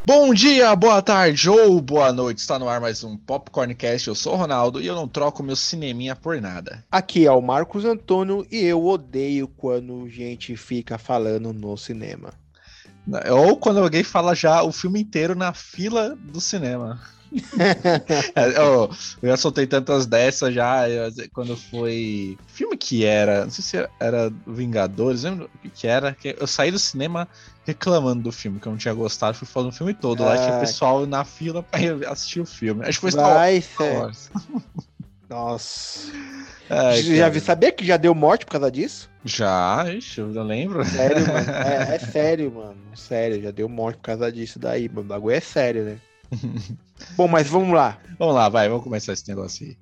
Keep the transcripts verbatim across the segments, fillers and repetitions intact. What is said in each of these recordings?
Bom dia, boa tarde ou boa noite. Está no ar mais um Popcorncast. Eu sou o Ronaldo e eu não troco meu cineminha por nada. Aqui é o Marcos Antônio e eu odeio quando gente fica falando no cinema. Ou quando alguém fala já o filme inteiro na fila do cinema. eu, eu já soltei tantas dessas já. Eu, quando foi. Filme que era. Não sei se era Vingadores, lembra o que era? Eu saí do cinema reclamando do filme, que eu não tinha gostado. Fui falando o filme todo. Lá tinha pessoal na fila pra assistir o filme. Acho que foi Vai, Star Wars. Nossa. Ai, já vi, sabia que já deu morte por causa disso? Já, ixi, eu lembro. Sério, mano. É, é sério, mano. Sério, já deu morte por causa disso daí, mano. O bagulho é sério, né? Bom, mas vamos lá. Vamos lá, vai, vamos começar esse negócio aí.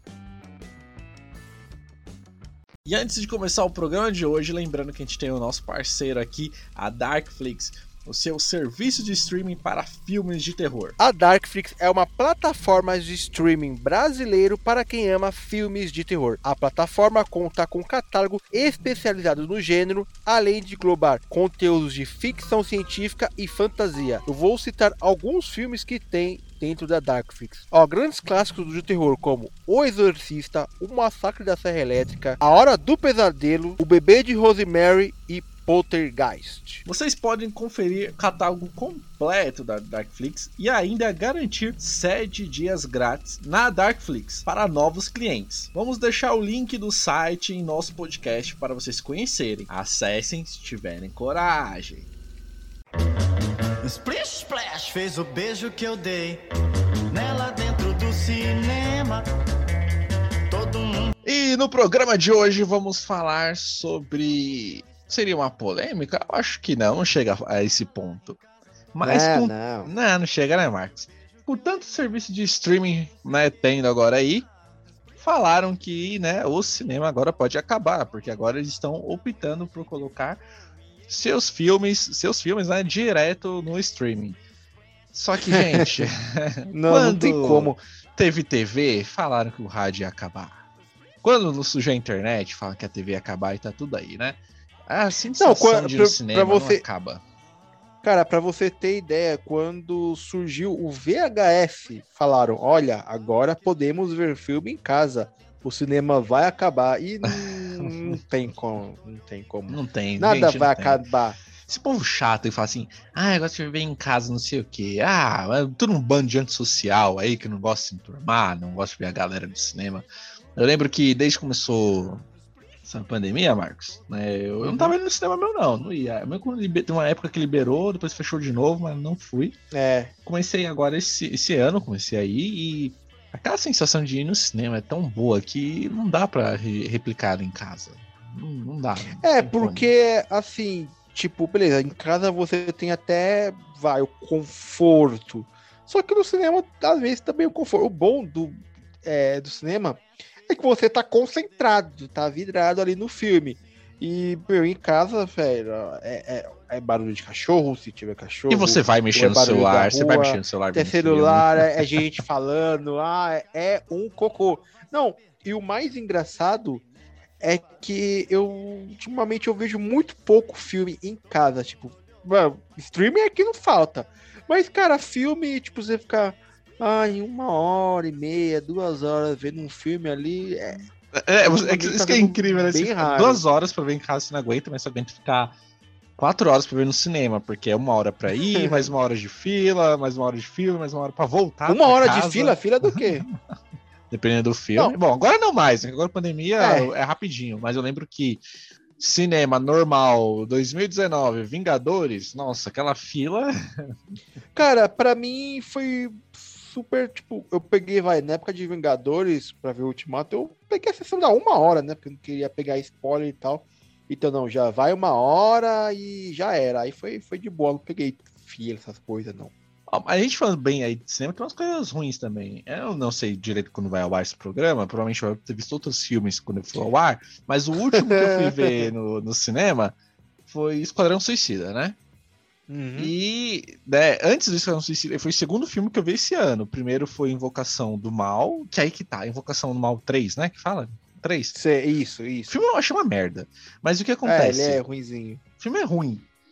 E antes de começar o programa de hoje, lembrando que a gente tem o nosso parceiro aqui, a Darkflix, o seu serviço de streaming para filmes de terror. A Darkflix é uma plataforma de streaming brasileiro para quem ama filmes de terror. A plataforma conta com um catálogo especializado no gênero, além de englobar conteúdos de ficção científica e fantasia. Eu vou citar alguns filmes que tem dentro da Darkflix. Ó, grandes clássicos do terror como O Exorcista, O Massacre da Serra Elétrica, A Hora do Pesadelo, O Bebê de Rosemary e Poltergeist. Vocês podem conferir o catálogo completo da Darkflix e ainda garantir sete dias grátis na Darkflix para novos clientes. Vamos deixar o link do site em nosso podcast para vocês conhecerem. Acessem se tiverem coragem. Splish Splash fez o beijo que eu dei nela dentro do cinema. Todo mundo... E no programa de hoje vamos falar sobre... Seria uma polêmica? Eu acho que não, não chega a esse ponto. Mas não, com... não. não, não chega, né, Marcos? Com tanto serviço de streaming, né, tendo agora aí, falaram que, né, o cinema agora pode acabar, porque agora eles estão optando por colocar seus filmes, seus filmes, né, direto no streaming. Só que, gente, não, quando não tem como. Teve T V, falaram que o rádio ia acabar. Quando surgiu a internet, falam que a T V ia acabar e tá tudo aí, né? A sensação não, quando, de ir no pra, cinema pra você, não acaba. Cara, pra você ter ideia, quando surgiu o V H S, falaram, olha, agora podemos ver filme em casa. O cinema vai acabar. E não, não tem como. Não tem como. Não tem. Nada gente, vai não acabar. Tem. Esse povo chato e fala assim, ah, eu gosto de ver em casa, não sei o quê. Ah, é tudo um bando de antissocial aí que não gosta de se enturmar, não gosta de ver a galera do cinema. Eu lembro que desde que começou... essa pandemia, Marcos, né? Eu, eu não tava indo no cinema meu, não. Não ia. Mesmo quando liber... Tem uma época que liberou, depois fechou de novo, mas não fui. É. Comecei agora esse, esse ano, comecei aí e aquela sensação de ir no cinema é tão boa que não dá pra re- replicar em casa. Não, não dá. Não é, porque, como. assim, tipo, beleza, em casa você tem até, vai, o conforto. Só que no cinema, às vezes, também o conforto. O bom do, é, do cinema é que você tá concentrado, tá vidrado ali no filme. E, meu, em casa, velho, é, é, é barulho de cachorro, se tiver cachorro. E você vai mexer é no celular, rua, você vai mexer no celular. É celular, é, é gente falando, ah, é, é um cocô. Não, e o mais engraçado é que eu, ultimamente, eu vejo muito pouco filme em casa. Tipo, mano, streaming aqui não falta. Mas, cara, filme, tipo, você ficar... Ah, em uma hora e meia, duas horas vendo um filme ali. É, é, é que, isso que é incrível, né? Você fica duas horas pra ver em casa, você não aguenta, mas você aguenta ficar quatro horas pra ver no cinema, porque é uma hora pra ir, mais uma hora de fila, mais uma hora de filme, mais uma hora pra voltar. Uma hora casa. de fila? Fila do quê? Dependendo do filme. Não. Bom, agora não mais, né? Agora a pandemia é. é rapidinho, mas eu lembro que cinema normal, dois mil e dezenove, Vingadores, nossa, aquela fila. Cara, pra mim foi super, tipo, eu peguei, vai, na época de Vingadores, pra ver o Ultimato, eu peguei a sessão da uma hora, né, porque eu não queria pegar spoiler e tal, então não, já vai uma hora e já era, aí foi, foi de boa, não peguei fila, essas coisas, não. A gente falando bem aí de cinema, tem umas coisas ruins também. Eu não sei direito quando vai ao ar esse programa, provavelmente vai ter visto outros filmes quando eu for ao ar, mas o último que eu fui ver no, no cinema foi Esquadrão Suicida, né? Uhum. E né, antes do Esquadrão Suicida, foi o segundo filme que eu vi esse ano. O primeiro foi Invocação do Mal, que aí que tá, Invocação do Mal três, né? Que fala? três? Isso, isso. O filme eu achei uma merda. Mas o que acontece? É, ele é ruinzinho. O filme é ruim.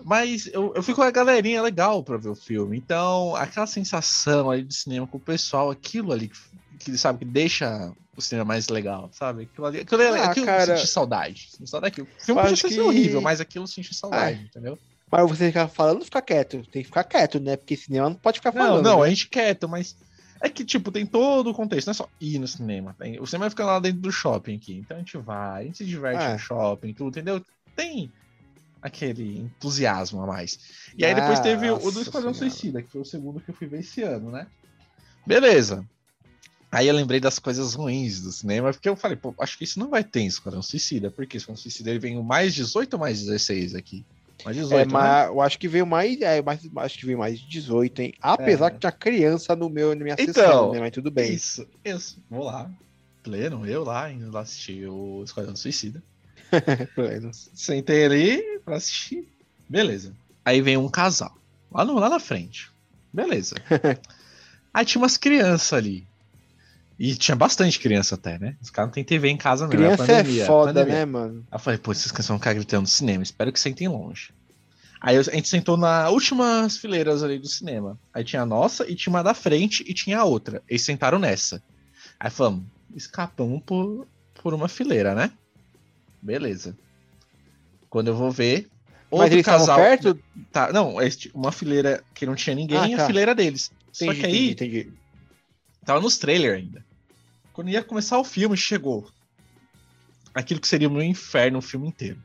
Mas eu, eu fui com a galerinha legal pra ver o filme. Então, aquela sensação ali de cinema com o pessoal, aquilo ali que, que sabe, que deixa o cinema mais legal, sabe? Aquilo ali, aquilo, ali, Ah, aquilo cara, eu senti saudade. Senti saudade. O filme eu podia acho ser que- horrível, mas aquilo eu senti saudade, Ah, entendeu? Mas você ficar falando, fica quieto. Tem que ficar quieto, né? Porque cinema não pode ficar Não, falando. não, né? a gente quieto, mas é que, tipo, tem todo o contexto, não é só ir no cinema. Tem, o cinema fica lá dentro do shopping aqui, então a gente vai, a gente se diverte Ah. no shopping, tudo, entendeu? Tem aquele entusiasmo a mais. E aí depois teve o do Nossa Esquadrão Senhora. Suicida, que foi o segundo que eu fui ver esse ano, né? Beleza. Aí eu lembrei das coisas ruins do cinema, porque eu falei, pô, acho que isso não vai ter em Esquadrão Suicida, porque Esquadrão Suicida ele vem o mais dezoito ou mais dezesseis aqui? Mais É, dezoito, né? mas eu acho que veio mais, é, mais. Acho que veio mais de dezoito, hein? Apesar É. que tinha criança no meu, na minha Então, sessão, né? Mas tudo bem. Isso, isso. Vou lá. Pleno, eu lá, indo lá assistir o Esquadrão Suicida. Pleno. Sentei ali pra assistir. Beleza. Aí vem um casal. Lá, no, lá na frente. Beleza. Aí tinha umas crianças ali. E tinha bastante criança até, né? Os caras não tem T V em casa mesmo. Criança é, pandemia, é foda, pandemia. né, mano? Aí eu falei, pô, esses caras vão ficar gritando no cinema. Espero que sentem longe. Aí a gente sentou nas últimas fileiras ali do cinema. Aí tinha a nossa e tinha uma da frente e tinha a outra. Eles sentaram nessa. Aí falamos, escapamos por, por uma fileira, né? Beleza. Quando eu vou ver, Mas outro eles estavam casal... perto? Tá, não, este- uma fileira que não tinha ninguém Ah, e a tá. fileira deles. Só Entendi, que aí, entendi, entendi. tava nos trailers ainda. Quando ia começar o filme, chegou aquilo que seria o meu inferno o filme inteiro.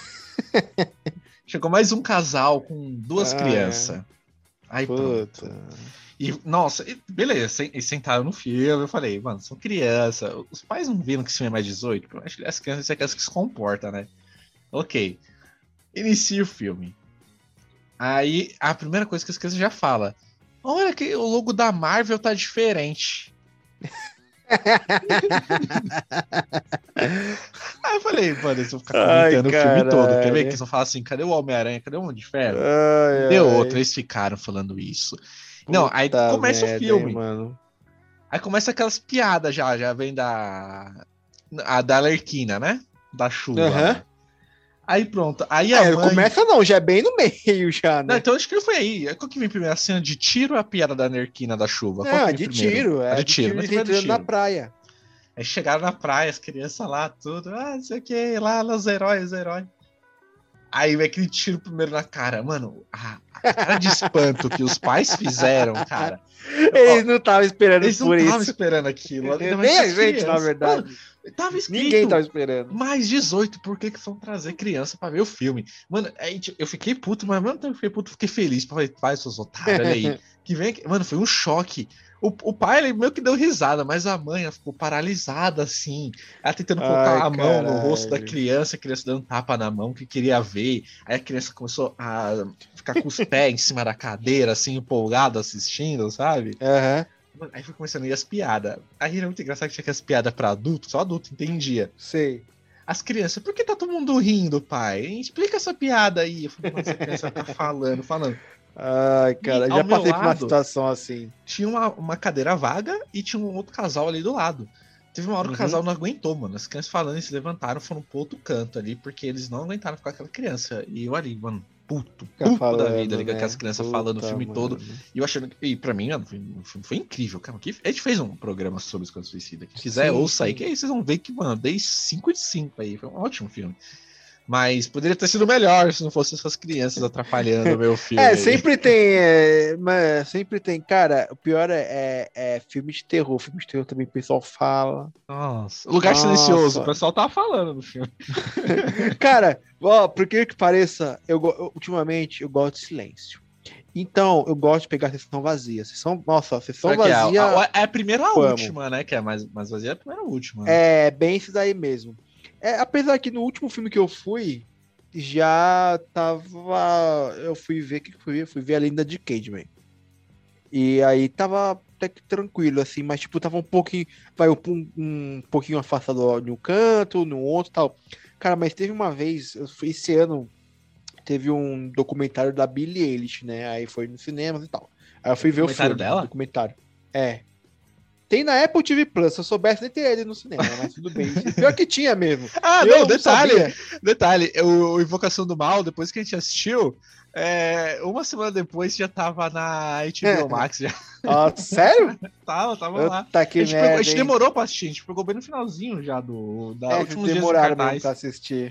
Chegou mais um casal com duas Ah, crianças. Aí pronto. Puta. E, nossa, e- beleza, sen- eles sentaram no filme, eu falei, mano, são crianças. Os pais não viram que esse filme é mais dezoito? Eu acho que as crianças são aquelas que se comportam, né? Ok. Inicia o filme. Aí, a primeira coisa que as crianças já falam, olha que o logo da Marvel tá diferente. Aí eu falei, mano, eles vão ficar Ai, comentando o filme todo. Quer ver? caralho. Que eles vão falar assim, cadê o Homem-Aranha? Cadê o Homem de Ferro? Ai, Deu ai. outra, eles ficaram falando isso. Não, aí Puta começa merda, o filme. hein, mano. Aí começa aquelas piadas já, já vem da. A da Arlequina, né? Da chuva. Aham. né? Aí pronto. Aí É, a não mãe. começa não, já é bem no meio já, Não, né? então acho que não foi aí. Qual que vem primeiro? A cena de tiro ou a piada da Nerquina da chuva? Qual Não, que é vem de primeiro? tiro, A é de de tiro. tiro, Mas eles primeiro do entrando na tiro. praia. Aí chegaram na praia, as crianças lá, tudo. Ah, não sei o que, lá, lá, os heróis, os heróis. Aí vem aquele tiro primeiro na cara. Mano, a, a cara de espanto que os pais fizeram, cara. Eles não estavam esperando Eles não por estavam isso. esperando aquilo. ainda mais Nem com a as gente, na crianças. verdade. Mano, tava escrito Ninguém tava esperando. mais dezoito, por que que vão trazer criança pra ver o filme? Mano, aí, tipo, eu fiquei puto, mas ao mesmo tempo que eu fiquei puto, eu fiquei feliz. Falei, pai, seus otários, olha aí. Que vem aqui. Mano, foi um choque. O, o pai, ele meio que deu risada, mas a mãe ela ficou paralisada, assim. Ela tentando colocar Ai, a mão no rosto da caralho. criança, a criança dando tapa na mão, que queria ver. Aí a criança começou a ficar com os pés em cima da cadeira, assim, empolgada, assistindo, sabe? Aham, Mano, aí foi começando a ir as piadas. Aí era muito engraçado que tinha aquelas piadas pra adulto, só adulto entendia. sei. As crianças, por que tá todo mundo rindo, pai? Explica essa piada aí. Eu falei, mano, essa criança tá falando, falando. Ai, cara, E ao já meu passei por uma lado- situação assim. Tinha uma, uma cadeira vaga e tinha um outro casal ali do lado. Teve uma hora que Uhum. o casal não aguentou, mano. As crianças falando e se levantaram, foram pro outro canto ali, porque eles não aguentaram ficar com aquela criança. E eu ali, mano, puto, Fica puto falando, da vida, ali, com né? aquelas crianças Puta, falando o filme mano. todo. E eu achando que. E pra mim, mano, foi, o filme foi incrível, cara. Que, a gente fez um programa sobre Esquadrão Suicida. Quem quiser, Sim, ouça aí, sim. que aí vocês vão ver que, mano, dei cinco de cinco aí. Foi um ótimo filme. Mas poderia ter sido melhor se não fossem essas crianças atrapalhando o meu filme. É, aí. sempre tem, é, mas sempre tem. Cara, o pior é, é, é filme de terror. Filme de terror também o pessoal fala. Nossa. Lugar Nossa. Silencioso, o pessoal tava falando no filme. Cara, ó, por que que pareça, eu, go- eu- ultimamente eu gosto de silêncio. Então, eu gosto de pegar a sessão vazia. Sessão, nossa, a sessão Será que é a- vazia a- é a primeira ou a Amo. última, né? Que é mais, mais vazia, é a primeira ou a última. né? é bem isso daí mesmo. É, apesar que no último filme que eu fui, já tava. Eu fui ver o que que eu fui ver? Eu fui ver a Lenda de Candyman. E aí tava até que tranquilo, assim, mas tipo, tava um pouquinho. Vai um, um pouquinho afastado de um canto, no outro e tal. Cara, mas teve uma vez, eu fui- esse ano, teve um documentário da Billie Eilish, né? Aí foi no cinema e tal. Aí eu fui ver o Documentário filme. dela? Documentário. É. Tem na Apple T V Plus, se eu soubesse nem teria ele no cinema, mas tudo bem. Pior que tinha mesmo. Ah, Eu não, não detalhe, sabia. detalhe, o, o Invocação do Mal, depois que a gente assistiu, é, uma semana depois já tava na H B O Max, já Ah, sério? tava, tava lá. Tá que A gente, merda, pegou, a gente hein? demorou pra assistir, a gente pegou bem no finalzinho já do da É, últimos vocês dias do demoraram mesmo cartaz. pra assistir.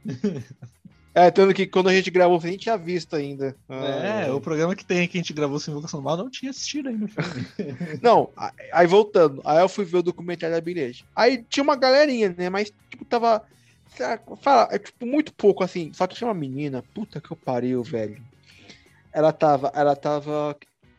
É, tanto que quando a gente gravou, a gente tinha visto ainda. É, Ah, o programa que tem que a gente gravou sem Invocação do Mal não tinha assistido ainda o filme. Não, a- aí voltando, aí eu fui ver o documentário da Bilhete. Aí tinha uma galerinha, né? Mas, tipo, tava. Fala, é tipo, muito pouco assim. Só que tinha uma menina, puta que eu pariu, velho. Ela tava. Ela tava.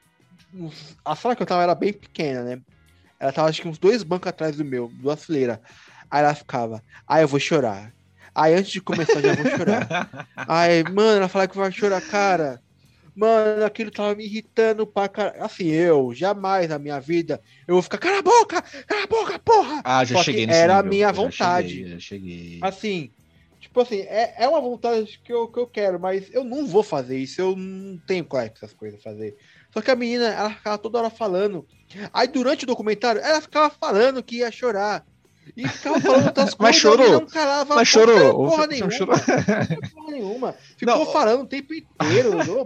A sala que eu tava era bem pequena, né? Ela tava acho que uns dois bancos atrás do meu, duas fileiras. Aí ela ficava, ai, eu vou chorar. Aí antes de começar, já vou chorar. Aí, mano, ela fala que vai chorar, cara. Mano, aquilo tava me irritando pra caralho. Assim, eu, jamais na minha vida, eu vou ficar, cala a boca, cala a boca, porra! Ah, já Só cheguei que nesse era a nível, minha eu já vontade. cheguei, já cheguei. Assim, tipo assim, é, é uma vontade que eu, que eu quero, mas eu não vou fazer isso, eu não tenho coragem pra essas coisas fazer. Só que a menina, ela ficava toda hora falando. Aí durante o documentário, ela ficava falando que ia chorar. E ficava falando outras Mas coisas, chorou. e não calava Mas porra, chorou. porra O filme nenhuma. chorou. Porra nenhuma. Ficou Não, falando o tempo inteiro.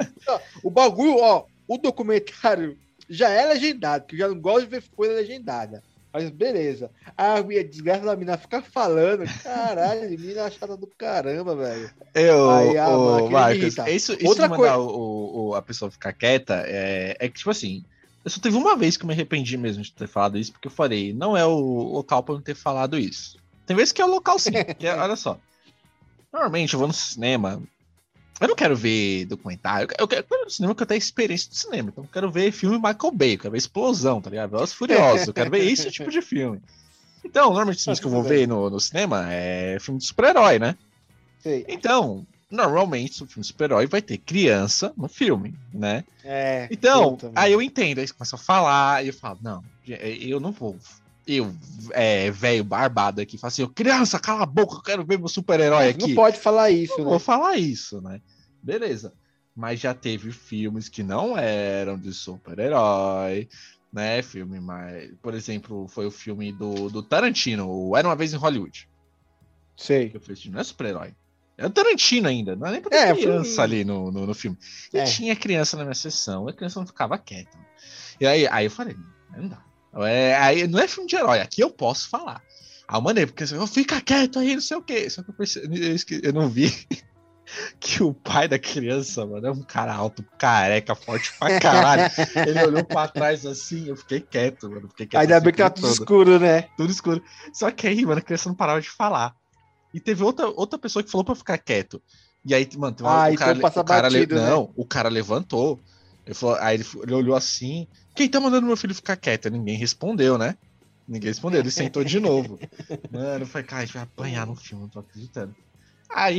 O bagulho, ó, o documentário já é legendado, que eu já não gosto de ver coisa legendada. Mas beleza. A minha desgraça da menina ficar falando, caralho, menina chata do caramba, velho. Eu, Aí, ah, mano, o aquilo me Marcos, irrita. isso, isso Outra de mandar coisa- o, o- a pessoa ficar quieta é, é que, tipo assim, eu só teve uma vez que eu me arrependi mesmo de ter falado isso, porque eu falei, não é o local pra eu não ter falado isso. Tem vezes que é o local sim, que é- olha só. Normalmente eu vou no cinema, eu não quero ver documentário, eu quero, eu quero ir no cinema que eu tenho experiência de cinema, então eu quero ver filme Michael Bay, eu quero ver explosão, tá ligado? Velozes e Furiosos, eu quero ver esse tipo de filme. Então, normalmente os filmes Ah, que eu vou tudo bem. ver no, no cinema é filme de super-herói, né? Sei. Então, normalmente, o filme de super-herói vai ter criança no filme, né? É, Então, eu também. aí eu entendo, aí você começa a falar, e eu falo, não, eu não vou. Eu, é, velho barbado aqui, falo assim, ô, criança, cala a boca, eu quero ver meu super-herói Não aqui. pode falar isso, Não né? vou falar isso, né? Beleza. Mas já teve filmes que não eram de super-herói, né? Filme mais. Por exemplo, foi o filme do, do Tarantino, o Era uma Vez em Hollywood. Sei. Que eu falei assim, não é super-herói. É o Tarantino ainda, não é nem pra ter É, criança foi- ali no, no, no filme. E É. tinha criança na minha sessão, a criança não ficava quieta. E aí, aí eu falei, não dá. É, aí, não é filme de herói, aqui eu posso falar. Aí eu mandei, porque eu fica quieto aí, não sei o quê. Só que eu, percebi, eu, esque- eu não vi que o pai da criança, mano, é um cara alto, careca, forte pra caralho. Ele olhou pra trás assim, eu fiquei quieto, mano. Fiquei quieto Ainda assim bem que tá o tempo tudo todo. escuro, né? Tudo escuro. Só que aí, mano, a criança não parava de falar. E teve outra, outra pessoa que falou pra eu ficar quieto. E aí, mano, tem uma, Ah, o então cara, passa o cara le- batido, né? não, o cara levantou. Ele falou, aí ele, ele olhou assim. Quem tá mandando meu filho ficar quieto? Ninguém respondeu, né? Ninguém respondeu. Ele sentou de novo. Mano, eu falei, cara, a gente vai apanhar no filme, não tô acreditando. Aí,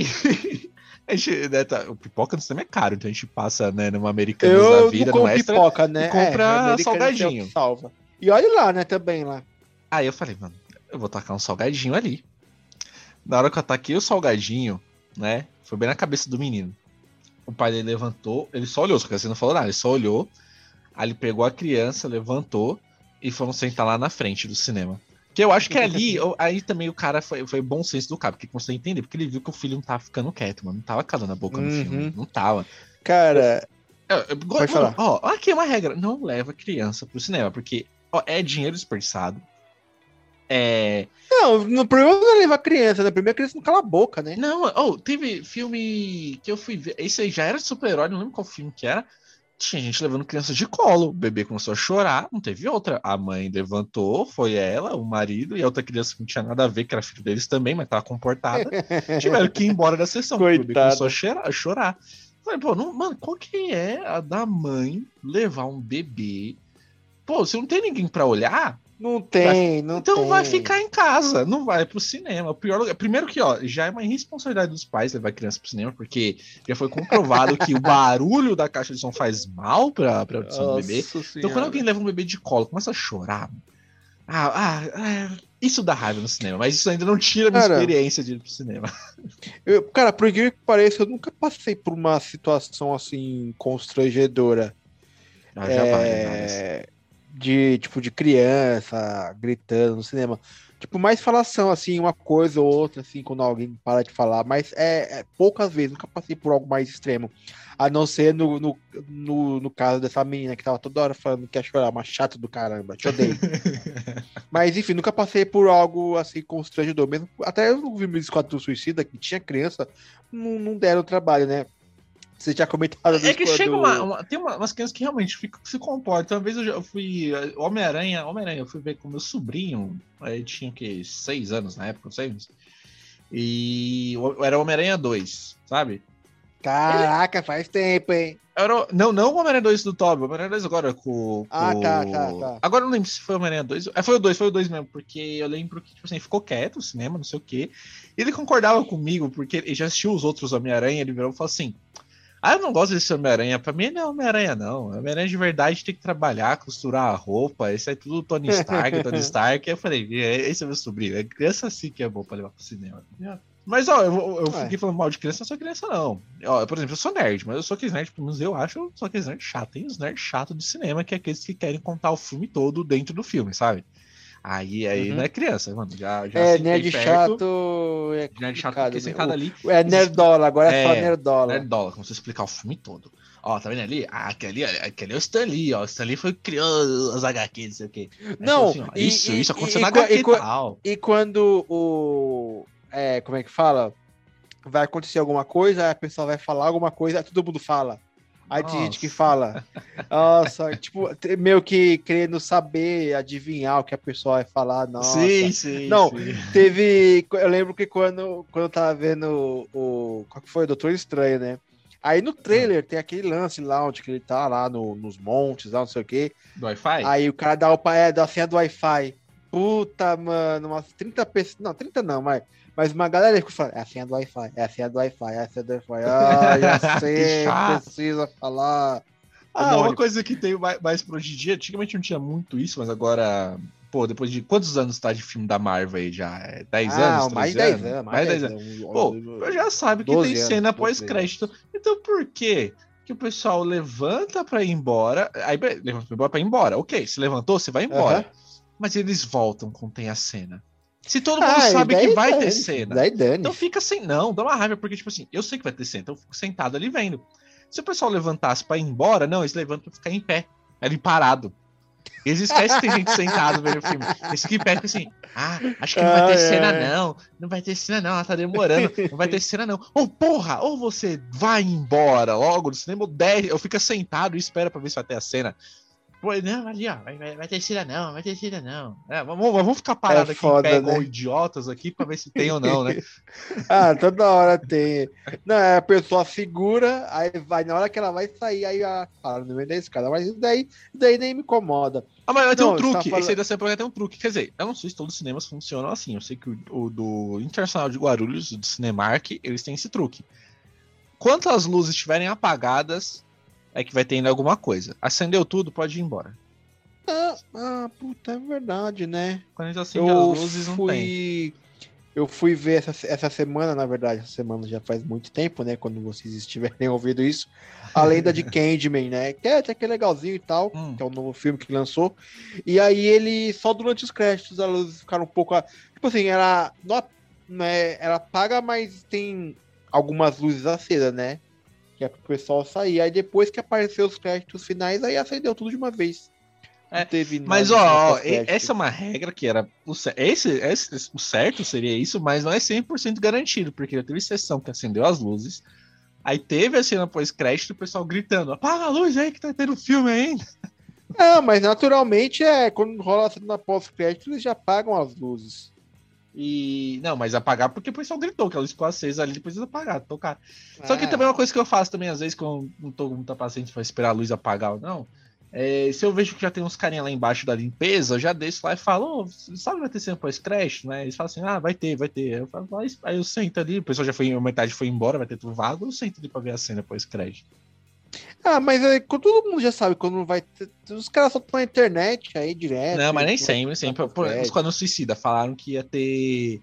a gente, né, tá, o pipoca no cinema é caro, então a gente passa, né, numa Americanas da Eu vida, não no como Extra, pipoca, né? e compra É, Americanas salgadinho. é o que salva. E olha lá, né, também lá. Aí eu falei, mano, eu vou tacar um salgadinho ali. Na hora que eu ataquei o salgadinho, né, foi bem na cabeça do menino. O pai dele levantou, ele só olhou, só que assim não falou nada, ele só olhou. Aí ele pegou a criança, levantou e fomos sentar lá na frente do cinema. Que eu acho que ali, eu- aí também o cara foi, foi bom senso do cara, porque conseguiu entender, porque ele viu que o filho não tava ficando quieto, mano, não tava calando a boca no Uhum. filme, não tava. Cara, Eu- eu- Pode mano, falar. ó, aqui é uma regra, não leva criança pro cinema, porque ó, é dinheiro desperdiçado. É, não, no problema não é levar criança, né? Primeiro a criança não cala a boca, né? não, oh, teve filme que eu fui ver. Esse aí já era de super-herói, não lembro qual filme que era. Tinha gente levando criança de colo. O bebê começou a chorar, não teve outra. A mãe levantou, foi ela, o marido, e a outra criança que não tinha nada a ver, que era filho deles também, mas tava comportada. Tiveram que ir embora da sessão, porque o bebê Coitada. começou a chorar. A chorar. Falei, pô, não, mano, qual que é a da mãe levar um bebê? Pô, se não tem ninguém pra olhar, Não tem, não então tem. vai ficar em casa, não vai pro cinema. O pior lugar, primeiro que, ó, já é uma irresponsabilidade dos pais levar criança pro cinema, porque já foi comprovado que o barulho da caixa de som faz mal pra, pra audição do bebê. Então quando alguém leva um bebê de colo, começa a chorar. Ah, ah, ah, isso dá raiva no cinema, mas isso ainda não tira a minha Cara, experiência de ir pro cinema. Eu, cara, por incrível que pareça, eu nunca passei por uma situação assim constrangedora. Ah, já vai, É, de, tipo, de criança gritando no cinema. Tipo, mais falação, assim, uma coisa ou outra, assim, quando alguém para de falar. Mas é, é poucas vezes, nunca passei por algo mais extremo. A não ser no, no, no, no caso dessa menina que tava toda hora falando que ia chorar, uma chata do caramba, te odeio. Mas, enfim, nunca passei por algo, assim, constrangedor. Mesmo, até no filme Esquadrão Suicida, que tinha criança, não, não deram trabalho, né? Você tinha comentado É que quando... chega uma, uma- Tem uma, umas crianças que realmente ficam, se comportam. Uma vez eu, já, eu fui. Homem-Aranha, Homem-Aranha, eu fui ver com meu sobrinho. Ele tinha o quê? Seis anos na época, seis. E era Homem-Aranha dois, sabe? Caraca, faz tempo, hein? Era, não, não o Homem-Aranha dois do Tobey, o Homem-Aranha dois agora com. com... Ah, tá, tá, tá. Agora eu não lembro se foi o Homem-Aranha dois. É, foi o dois, foi o dois mesmo, porque eu lembro que, tipo assim, ficou quieto o cinema, não sei o quê. E ele concordava comigo, porque ele já assistiu os outros Homem-Aranha, ele virou e falou assim. Ah, eu não gosto desse Homem-Aranha. Pra mim não é Homem-Aranha, não. Homem-Aranha de verdade tem que trabalhar, costurar a roupa. Esse é tudo Tony Stark, Tony Stark. Aí eu falei, esse é meu sobrinho. É criança assim que é bom pra levar pro cinema. Mas, ó, eu, eu fiquei falando mal de criança, não sou criança, não. Ó, por exemplo, eu sou nerd, mas eu sou aqueles nerd, pelo menos eu acho, eu sou aqueles nerd chato. Tem os nerds chatos de cinema, que é aqueles que querem contar o filme todo dentro do filme, sabe? Aí, aí uhum. não é criança, mano. Já, já é, nerd perto, chato. É nerd chato porque sentado ali. É nerdola, agora é, é só nerdola. Nerdola, como você explicar o filme todo. Ó, tá vendo ali? Ah, aquele, aquele é o Stan Lee, ó. O Stan Lee foi criou as agá quês, não sei o quê. Não, assim, ó, e, isso, e, isso aconteceu e, na e, agá quê e, tal. E quando o. É, como é que fala? Vai acontecer alguma coisa, a pessoa vai falar alguma coisa, todo mundo fala. Aí tem gente que fala, nossa, tipo, meio que querendo saber, adivinhar o que a pessoa vai falar, nossa. Sim, sim, Não, sim. teve, eu lembro que quando, quando eu tava vendo o, qual que foi? O Doutor Estranho, né? Aí no trailer tem aquele lance lá, onde que ele tá lá no, nos montes, lá, não sei o quê. Do Wi-Fi? Aí o cara dá, o, é, dá a senha do Wi-Fi. Puta, mano, umas trinta pessoas, não, trinta não, mas... Mas uma galera que fala, é a senha do Wi-Fi, é a senha do Wi-Fi, é a senha do Wi-Fi. Ah, já sei, precisa falar. Ah, uma coisa que tem mais, mais pra hoje em dia, antigamente não tinha muito isso, mas agora, pô, depois de quantos anos tá de filme da Marvel aí já? É dez ah, anos? mais de dez anos. Mais de dez anos. anos. Pô, já sabe que tem cena pós-crédito. Então por quê? Que o pessoal levanta pra ir embora, aí levanta pra ir embora. Ok, se levantou, você vai embora. Uh-huh. Mas eles voltam quando tem a cena. Se todo mundo ah, sabe que vai dane, ter cena, daí dane. Então fica sem... Não, dá uma raiva, porque, tipo assim, eu sei que vai ter cena, então eu fico sentado ali vendo. Se o pessoal levantasse pra ir embora, não, eles levantam pra ficar em pé, ali parado. Eles esquecem que tem gente sentado vendo o filme. Eles ficam em pé, assim, ah, acho que não vai ter ah, cena é. não, não vai ter cena não, ela tá demorando, não vai ter cena não. Ô, oh, porra, ou você vai embora logo do cinema, ou dez, eu fico sentado e espero pra ver se vai ter a cena. Pô, não, ali, ó, vai, vai, vai ter cena não, vai ter cena não. É, vamos, vamos ficar parados é aqui foda, em pé, né? Igual idiotas aqui, pra ver se tem ou não, né? Ah, toda hora tem. Não, a pessoa segura, aí vai, na hora que ela vai sair, aí ela fala no meio da escada, mas isso daí, isso daí nem me incomoda. Ah, mas tem um truque, tá falando... esse aí da Semana tem um truque, quer dizer, eu não sei se todos os cinemas funcionam assim, eu sei que o, o do Internacional de Guarulhos, do Cinemark, eles têm esse truque. Quanto as luzes estiverem apagadas, é que vai ter ainda alguma coisa. Acendeu tudo, pode ir embora. Ah, ah puta, é verdade, né? Quando a gente acende eu as luzes, fui... não tem. Eu fui ver essa, essa semana, na verdade, essa semana já faz muito tempo, né? Quando vocês estiverem ouvindo isso. A Lenda de Candyman, né? Que é até que é legalzinho e tal, hum. que é um novo filme que lançou. E aí ele, só durante os créditos, as luzes ficaram um pouco... Tipo assim, ela, não, né, ela apaga, mas tem algumas luzes acesas, né? Que é pro pessoal sair. Aí depois que apareceu os créditos finais, aí acendeu tudo de uma vez. É, teve mas ó, ó essa é uma regra que era o, esse, esse, o certo seria isso, mas não é cem por cento garantido, porque já teve sessão que acendeu as luzes, aí teve a cena pós-crédito e o pessoal gritando, apaga a luz aí que tá tendo filme ainda. Não, mas naturalmente é quando rola a cena pós-crédito eles já apagam as luzes. E não, mas apagar porque o pessoal gritou que a luz ficou acesa ali, depois eles apagaram, tocaram. Ah. Só que também é uma coisa que eu faço também, às vezes, quando não tô com muita paciência pra esperar a luz apagar ou não, é, se eu vejo que já tem uns carinha lá embaixo da limpeza, eu já desço lá e falo, oh, sabe, vai ter cena pós-crédito, né? Eles falam assim, ah, vai ter, vai ter. Aí eu falo, aí eu sento ali, o pessoal já foi, a metade foi embora, vai ter tudo vago, eu sento ali pra ver a cena pós-crédito. Ah, mas é, todo mundo já sabe quando não vai ter. Os caras só estão na internet aí direto. Não, mas nem sempre, sempre. Os Esquadrão Suicida falaram que ia ter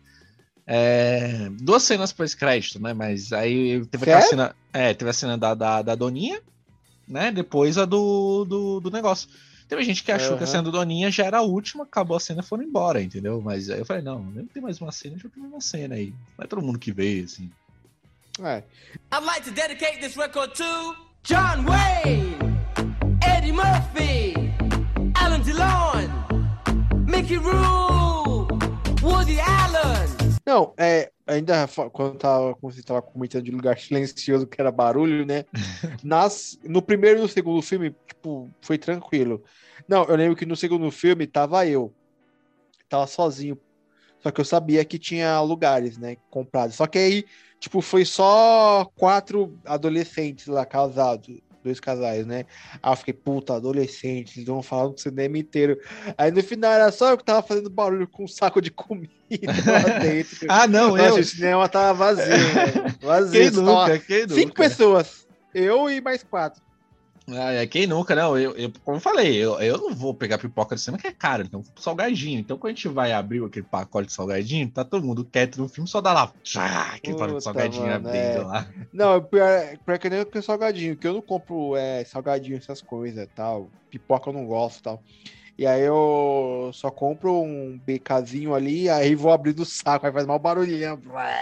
é, duas cenas pós-crédito, né? Mas aí teve aquela cena. É, teve a cena da, da, da Doninha, né? Depois a do, do, do negócio. Teve gente que achou Uhum. que a cena do Doninha já era a última, acabou a cena e foram embora, entendeu? Mas aí eu falei, não, não tem mais uma cena, já tem mais uma cena aí. Não é todo mundo que vê, assim. É. I'd like to dedicate this record to John Wayne, Eddie Murphy, Alan DeLon, Mickey Rourke, Woody Allen. Não, é, ainda fa- quando, tava, quando você tava comentando de lugar silencioso que era barulho, né? Nas, no primeiro e no segundo filme, tipo, foi tranquilo. Não, eu lembro que no segundo filme tava eu. Tava sozinho. Só que eu sabia que tinha lugares, né? Comprados. Só que aí, tipo, foi só quatro adolescentes lá, casados. Dois casais, né? Aí eu fiquei, puta, adolescentes, eles vão falar do cinema inteiro. Aí no final era só eu que tava fazendo barulho com um saco de comida lá dentro. Ah, não, Nossa, eu. o cinema tava vazio, velho. Vazio. Quem Só nunca, tava quem nunca? Cinco pessoas. Eu e mais quatro. Ah, é, quem nunca, não? Eu, eu, como eu falei, eu, eu não vou pegar pipoca de cinema que é caro, então salgadinho. Então quando a gente vai abrir aquele pacote de salgadinho, tá todo mundo quieto no filme, só dá lá, tchá, aquele barulho de Puta, salgadinho mano, abrindo é. lá. Não, pior, pior que nem o salgadinho, que eu não compro é, salgadinho, essas coisas tal. Pipoca eu não gosto tal. E aí eu só compro um BKzinho ali, aí vou abrindo o saco, aí faz mal barulhinho.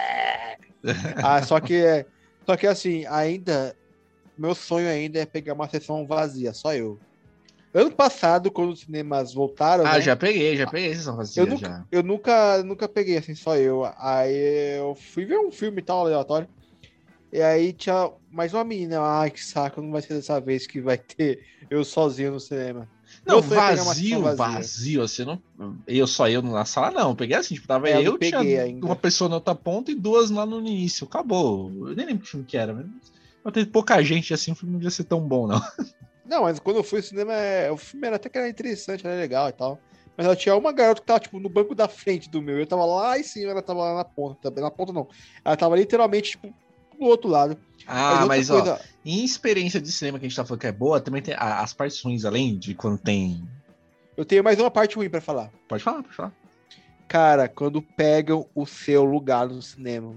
Ah, só que, só que assim, ainda, meu sonho ainda é pegar uma sessão vazia, só eu. Ano passado, quando os cinemas voltaram, Ah, né, já peguei, já peguei sessão vazia eu nunca, já. eu nunca, nunca peguei assim, só eu. Aí eu fui ver um filme e tal, aleatório. E aí tinha mais uma menina. Ai, que saco, não vai ser dessa vez que vai ter eu sozinho no cinema. Não, Meu sonho é pegar uma vazio, sessão vazio, assim, não, eu só eu na sala, não. Eu peguei assim, tipo, tava É, eu eu, não tinha peguei ainda. uma pessoa na outra ponta e duas lá no início. Acabou. Eu nem lembro que filme que era, mas mas teve pouca gente assim, o filme não ia ser tão bom, não. Não, mas quando eu fui no cinema, é, o filme era até que era interessante, era legal e tal. Mas ela tinha uma garota que tava, tipo, no banco da frente do meu. Eu tava lá em cima, ela tava lá na ponta também. Na ponta não. Ela tava literalmente, tipo, do outro lado. Ah, outra mas coisa- ó, em experiência de cinema que a gente tá falando que é boa, também tem a- as partes ruins, além de quando tem. Eu tenho mais uma parte ruim pra falar. Pode falar, pode falar. Cara, quando pegam o seu lugar no cinema.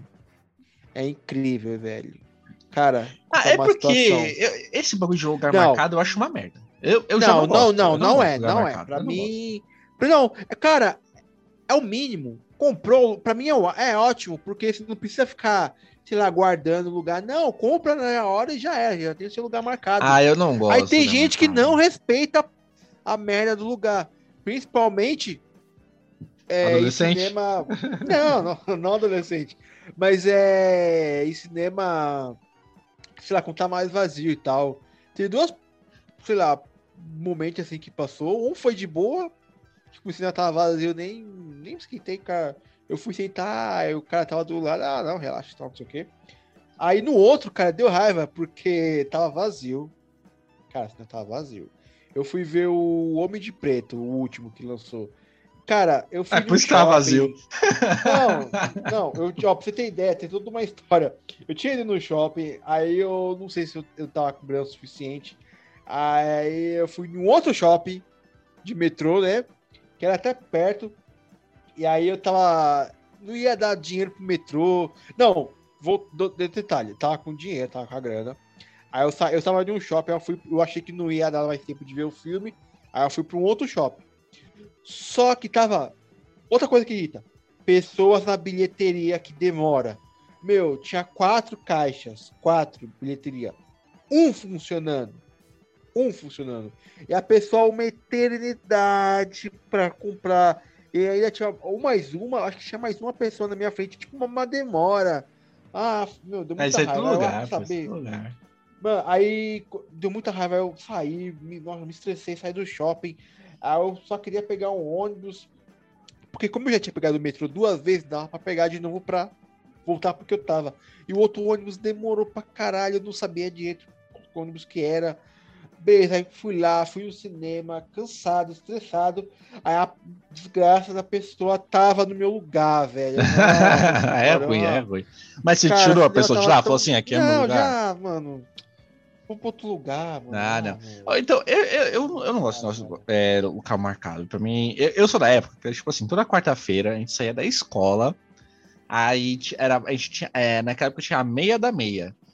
É incrível, velho. Cara, Ah, contar é uma porque situação. eu- esse bagulho de lugar Não. marcado eu acho uma merda. Eu, eu já não, não não, gosto. não, eu não, gosto é, de lugar não marcado, é. Pra eu não gosto. mim. Não, é, cara, é o mínimo. Comprou, pra mim é, ó- é ótimo, porque você não precisa ficar, sei lá, guardando lugar. Não, compra na hora e já era, já tem o seu lugar marcado. Ah, eu não gosto. Aí tem de gente que marcado. não respeita a merda do lugar. Principalmente é, em Adolescente? cinema. Não, não, não adolescente. Mas é em cinema, sei lá, quando tá mais vazio e tal. Tem duas, sei lá, momentos assim que passou. Um foi de boa, tipo, o cinema tava vazio, nem, nem me esquentei, cara. Eu fui sentar, aí o cara tava do lado, ah, não, relaxa, tal, não sei o quê. Aí no outro, cara, deu raiva, porque tava vazio. Cara, o cinema tava vazio. Eu fui ver o Homem de Preto, o último que lançou. Cara, eu fui É no por isso que tava shopping. vazio. Não, não, eu, ó, pra você ter ideia, tem toda uma história. Eu tinha ido no shopping, aí eu não sei se eu, eu tava com grana o suficiente. Aí eu fui em um outro shopping de metrô, né? Que era até perto. E aí eu tava. Não ia dar dinheiro pro metrô. Não, vou. do- de- Detalhe, tava com dinheiro, tava com a grana. Aí eu, sa... eu tava de um shopping, eu, fui... eu achei que não ia dar mais tempo de ver o filme. Aí eu fui pra um outro shopping. Só que tava. Outra coisa que irrita. Pessoas na bilheteria que demora. Meu, tinha quatro caixas. Quatro bilheteria. Um funcionando. Um funcionando. E a pessoa uma eternidade pra comprar. E ainda tinha ou mais uma, acho que tinha mais uma pessoa na minha frente. Tipo, uma, uma demora. Ah, meu, deu Mas muita é todo raiva. Eu, lugar, ah, pô, saber. é todo lugar. Mano, aí co- deu muita raiva, eu saí, me, nossa, me estressei, saí do shopping. Aí eu só queria pegar um ônibus, porque como eu já tinha pegado o metrô duas vezes, dava pra pegar de novo pra voltar porque eu tava. E o outro ônibus demorou pra caralho, eu não sabia direito qual ônibus que era. Beleza, aí fui lá, fui no cinema, cansado, estressado. Aí a desgraça da pessoa tava no meu lugar, velho. Nossa, É senhora, ruim, é ó. ruim. Mas você Cara, tirou o a cinema pessoa de tava lá? tão- Falou assim, aqui é meu Não, lugar? já, mano. Vou pra outro lugar, mano. Ah, Ah, não. velho. Ó, então, eu, eu, eu, eu não gosto do nosso é, local marcado. Pra mim, eu, eu sou da época que, tipo assim, toda quarta-feira a gente saía da escola, aí ti- era, a gente tinha, é, naquela época tinha a meia da meia.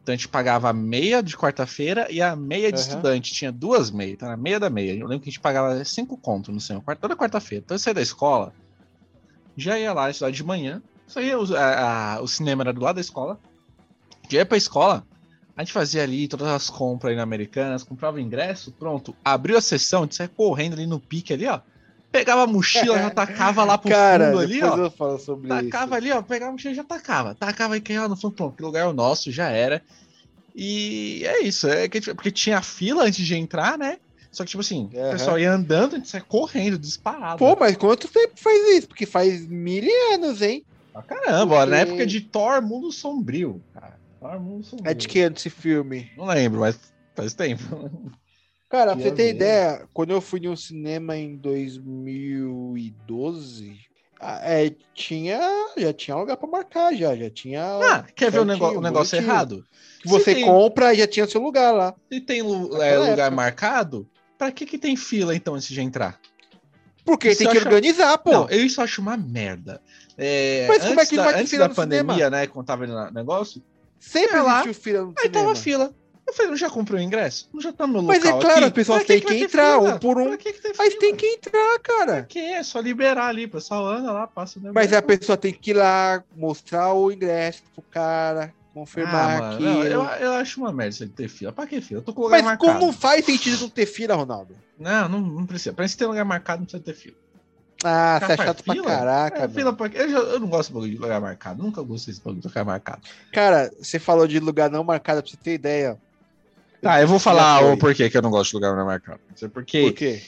Então a gente pagava a meia de quarta-feira e a meia de Uhum. estudante. Tinha duas meias, tá na meia da meia. Eu lembro que a gente pagava cinco conto no cinema, toda quarta-feira. Então eu saía da escola, já ia lá estudar de manhã. Isso aí, o, a- a- o cinema era do lado da escola. Já ia pra escola, a gente fazia ali todas as compras aí na Americanas, comprava o ingresso, pronto. Abriu a sessão, a gente saia correndo ali no pique ali, ó. Pegava a mochila, já tacava lá pro Cara, fundo ali, depois ó. eu falo sobre Tacava isso. ali, ó, pegava a mochila e já tacava. Tacava e quem no fundo, pronto, aquele lugar é o nosso, já era. E é isso, é que, porque tinha fila antes de entrar, né? Só que, tipo assim, Aham. o pessoal ia andando, a gente saia correndo, disparado. Pô, mas quanto tempo faz isso? Porque faz mil anos, hein? Pra caramba, ó, na porque- época de Thor Mundo Sombrio, cara. Thor Mundo Sombrio. É de que ano esse filme? Não lembro, mas faz tempo. Cara, pra Tinha você ter mesmo. ideia, quando eu fui no cinema em dois mil e doze, ah, é, tinha, já tinha lugar pra marcar, já, já tinha. Ah, quer ver o, certinho, nego- o negócio bonitinho. errado? Que você Se tem- compra e já tinha seu lugar lá. Se tem lu- é, Naquela lugar época. marcado, pra que que tem fila então antes de entrar? Porque Isso tem eu que acho- organizar, pô. Não, eu isso eu acho uma merda. É, Mas como é antes que não da, vai ter antes fila da no pandemia, cinema? né, quando tava indo no negócio, Sempre é lá. existiu fila no aí cinema. tava fila. Eu falei, não já comprei o ingresso? Não já tá no meu Mas é local claro, aqui? as pessoas Pra têm vai que ter entrar, fila? um por um. Pra que que tem Mas fila? tem que entrar, Pra cara. quê? É só liberar ali, o pessoal anda lá, passa o negócio. Mas a pessoa tem que ir lá, mostrar o ingresso pro cara, Ah, confirmar mano, não, aquilo. eu, eu acho uma merda isso aí de ter fila. Pra que fila? Eu tô com o lugar Mas marcado. como não faz sentido não ter fila, Ronaldo? Não, não, não precisa. Pra isso ter lugar marcado, não precisa ter fila. Ah, você é Capaz, chato pra fila? caraca, É, mano. fila pra quê? Eu, já- eu não gosto de bagulho de lugar marcado. Nunca gostei desse bagulho de lugar marcado. Cara, você falou de lugar não marcado, pra você ter ideia. Tá, eu vou Já falar foi. o porquê que eu não gosto de lugar não marcado. Isso é porque Por quê?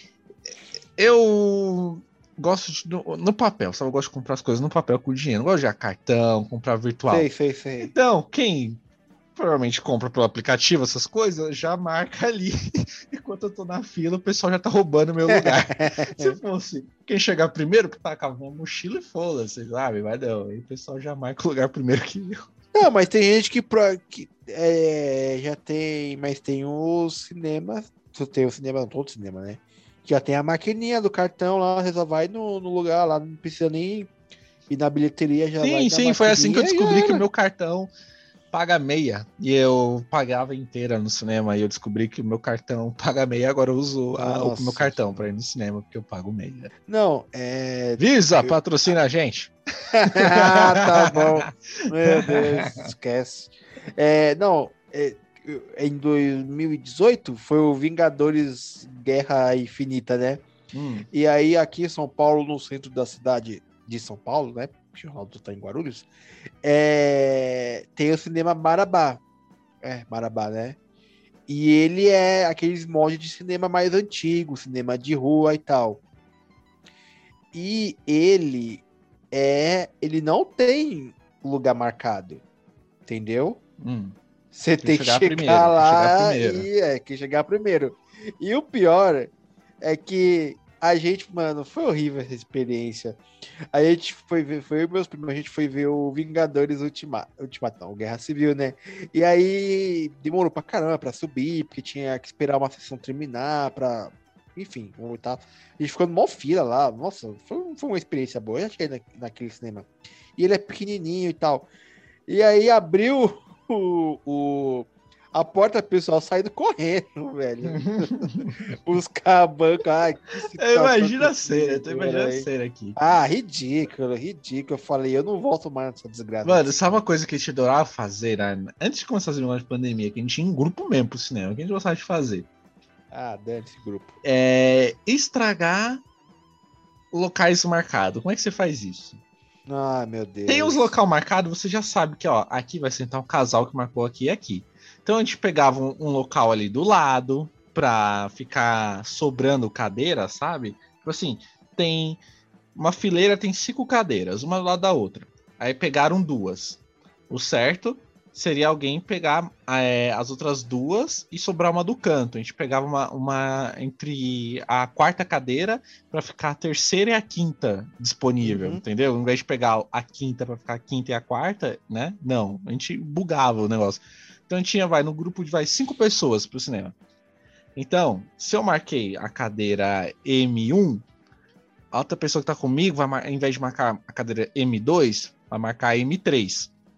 eu gosto de, no, no papel, sabe? Eu gosto de comprar as coisas no papel com dinheiro. Não gosto de usar cartão, comprar virtual. Sei, sei, sei. Então, quem provavelmente compra pelo aplicativo essas coisas, já marca ali. Enquanto eu tô na fila, o pessoal já tá roubando o meu lugar. Se fosse quem chegar primeiro, que tacava uma mochila e foda-se, sabe? Mas não, aí o pessoal já marca o lugar primeiro que eu. Não, mas tem gente que, pro- que, é, já tem, mas tem os cinemas, tu tem o cinema, não, todo cinema, né? Que já tem a maquininha do cartão lá, você só vai no, no lugar lá, não precisa nem ir na bilheteria, já vai Sim, na sim, foi assim que eu maquininha e descobri já que o era. meu cartão paga meia. E eu pagava inteira no cinema. E eu descobri que o meu cartão paga meia. Agora eu uso a- o Nossa meu cartão Senhora. pra ir no cinema, porque eu pago meia. Não, é... Visa, patrocina a gente. ah, tá bom. Meu Deus, esquece. É, não, é, em dois mil e dezoito foi o Vingadores Guerra Infinita, né? Hum, E aí aqui em São Paulo, no centro da cidade de São Paulo, né? Porque o Ronaldo tá em Guarulhos, é, tem o cinema Marabá. É, Marabá, né? E ele é aqueles moldes de cinema mais antigo, cinema de rua e tal. E ele é, ele não tem lugar marcado, entendeu? hum. Você Tem tem que que chegar chegar, primeiro, tem que chegar lá primeiro. e é que chegar primeiro. E o pior é que a gente, mano, foi horrível essa experiência. A gente foi ver, foi eu e meus primos, a gente foi ver o Vingadores Ultimato, Ultimato não, Guerra Civil, né? E aí demorou pra caramba pra subir, porque tinha que esperar uma sessão terminar pra, enfim, voltar. A gente ficou numa fila lá, nossa, foi, foi uma experiência boa. Eu já cheguei na, naquele cinema. E ele é pequenininho e tal. E aí abriu o, o- a porta, pessoal saindo correndo, velho. Buscar a banca. Ai, que situação Imagina a cena, eu tô constrangedora imaginando a aí. cena aqui. Ah, ridículo, ridículo. Eu falei, eu não volto mais nessa desgraça. Mano, sabe uma coisa que a gente adorava fazer, né? Antes de começar esse negócio de pandemia, que a gente ia em grupo mesmo pro cinema, que a gente gostava de fazer? Ah, dane esse grupo. É estragar locais marcados. Como é que você faz isso? Ah, meu Deus. Tem os local marcado, você já sabe que, ó, aqui vai sentar um casal que marcou aqui e aqui. Então a gente pegava um, um local ali do lado pra ficar sobrando cadeira, sabe? Tipo assim, tem uma fileira, tem cinco cadeiras, uma do lado da outra. Aí pegaram duas. O certo seria alguém pegar é, as outras duas e sobrar uma do canto. A gente pegava uma, uma entre a quarta cadeira para ficar a terceira e a quinta disponível, Uhum. entendeu? Ao invés de pegar a quinta para ficar a quinta e a quarta, né? Não, a gente bugava o negócio. Então a gente tinha, vai, no grupo de vai, cinco pessoas pro cinema. Então, se eu marquei a cadeira M um, a outra pessoa que tá comigo, vai, mar- ao invés de marcar a cadeira M dois, vai marcar a M três.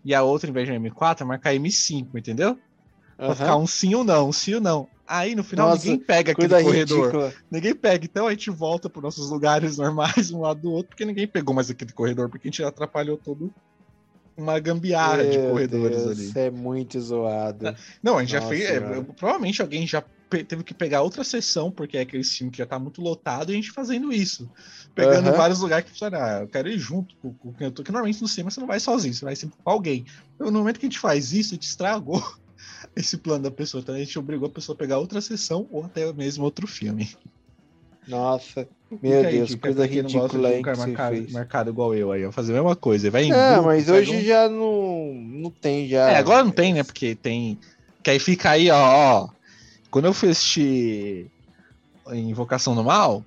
e a outra, em vez de M quatro, marcar M cinco, entendeu? Pra Aham. ficar um sim ou não, um sim ou não. Aí no final Nossa, ninguém pega aquele Coisa corredor. ridícula. Ninguém pega, então a gente volta para nossos lugares normais, um lado do outro, porque ninguém pegou mais aquele corredor, porque a gente atrapalhou todo uma gambiarra de Meu corredores Deus, ali. é muito zoado. Não, a gente já Nossa fez. é, Senhora. eu- provavelmente alguém já pe- teve que pegar outra sessão, porque é aquele filme que já tá muito lotado, e a gente fazendo isso. Pegando Aham. vários lugares que funcionam. Ah, eu quero ir junto com, com quem eu tô. Que normalmente no cinema você não vai sozinho, você vai sempre com alguém. Então, no momento que a gente faz isso, a gente estragou esse plano da pessoa. Então a gente obrigou a pessoa a pegar outra sessão ou até mesmo outro filme. Nossa, meu Fica aí, Deus, dica, coisa pra quem não gosta ridícula de aí lugar que você marcado, fez. marcado igual eu aí, eu fazer a mesma coisa. Vai em É, grupo, mas pega hoje um- já não, não tem já. É, agora não tem, né? Porque tem. Que aí fica aí, ó, ó. Quando eu fui assistir Invocação do Mal,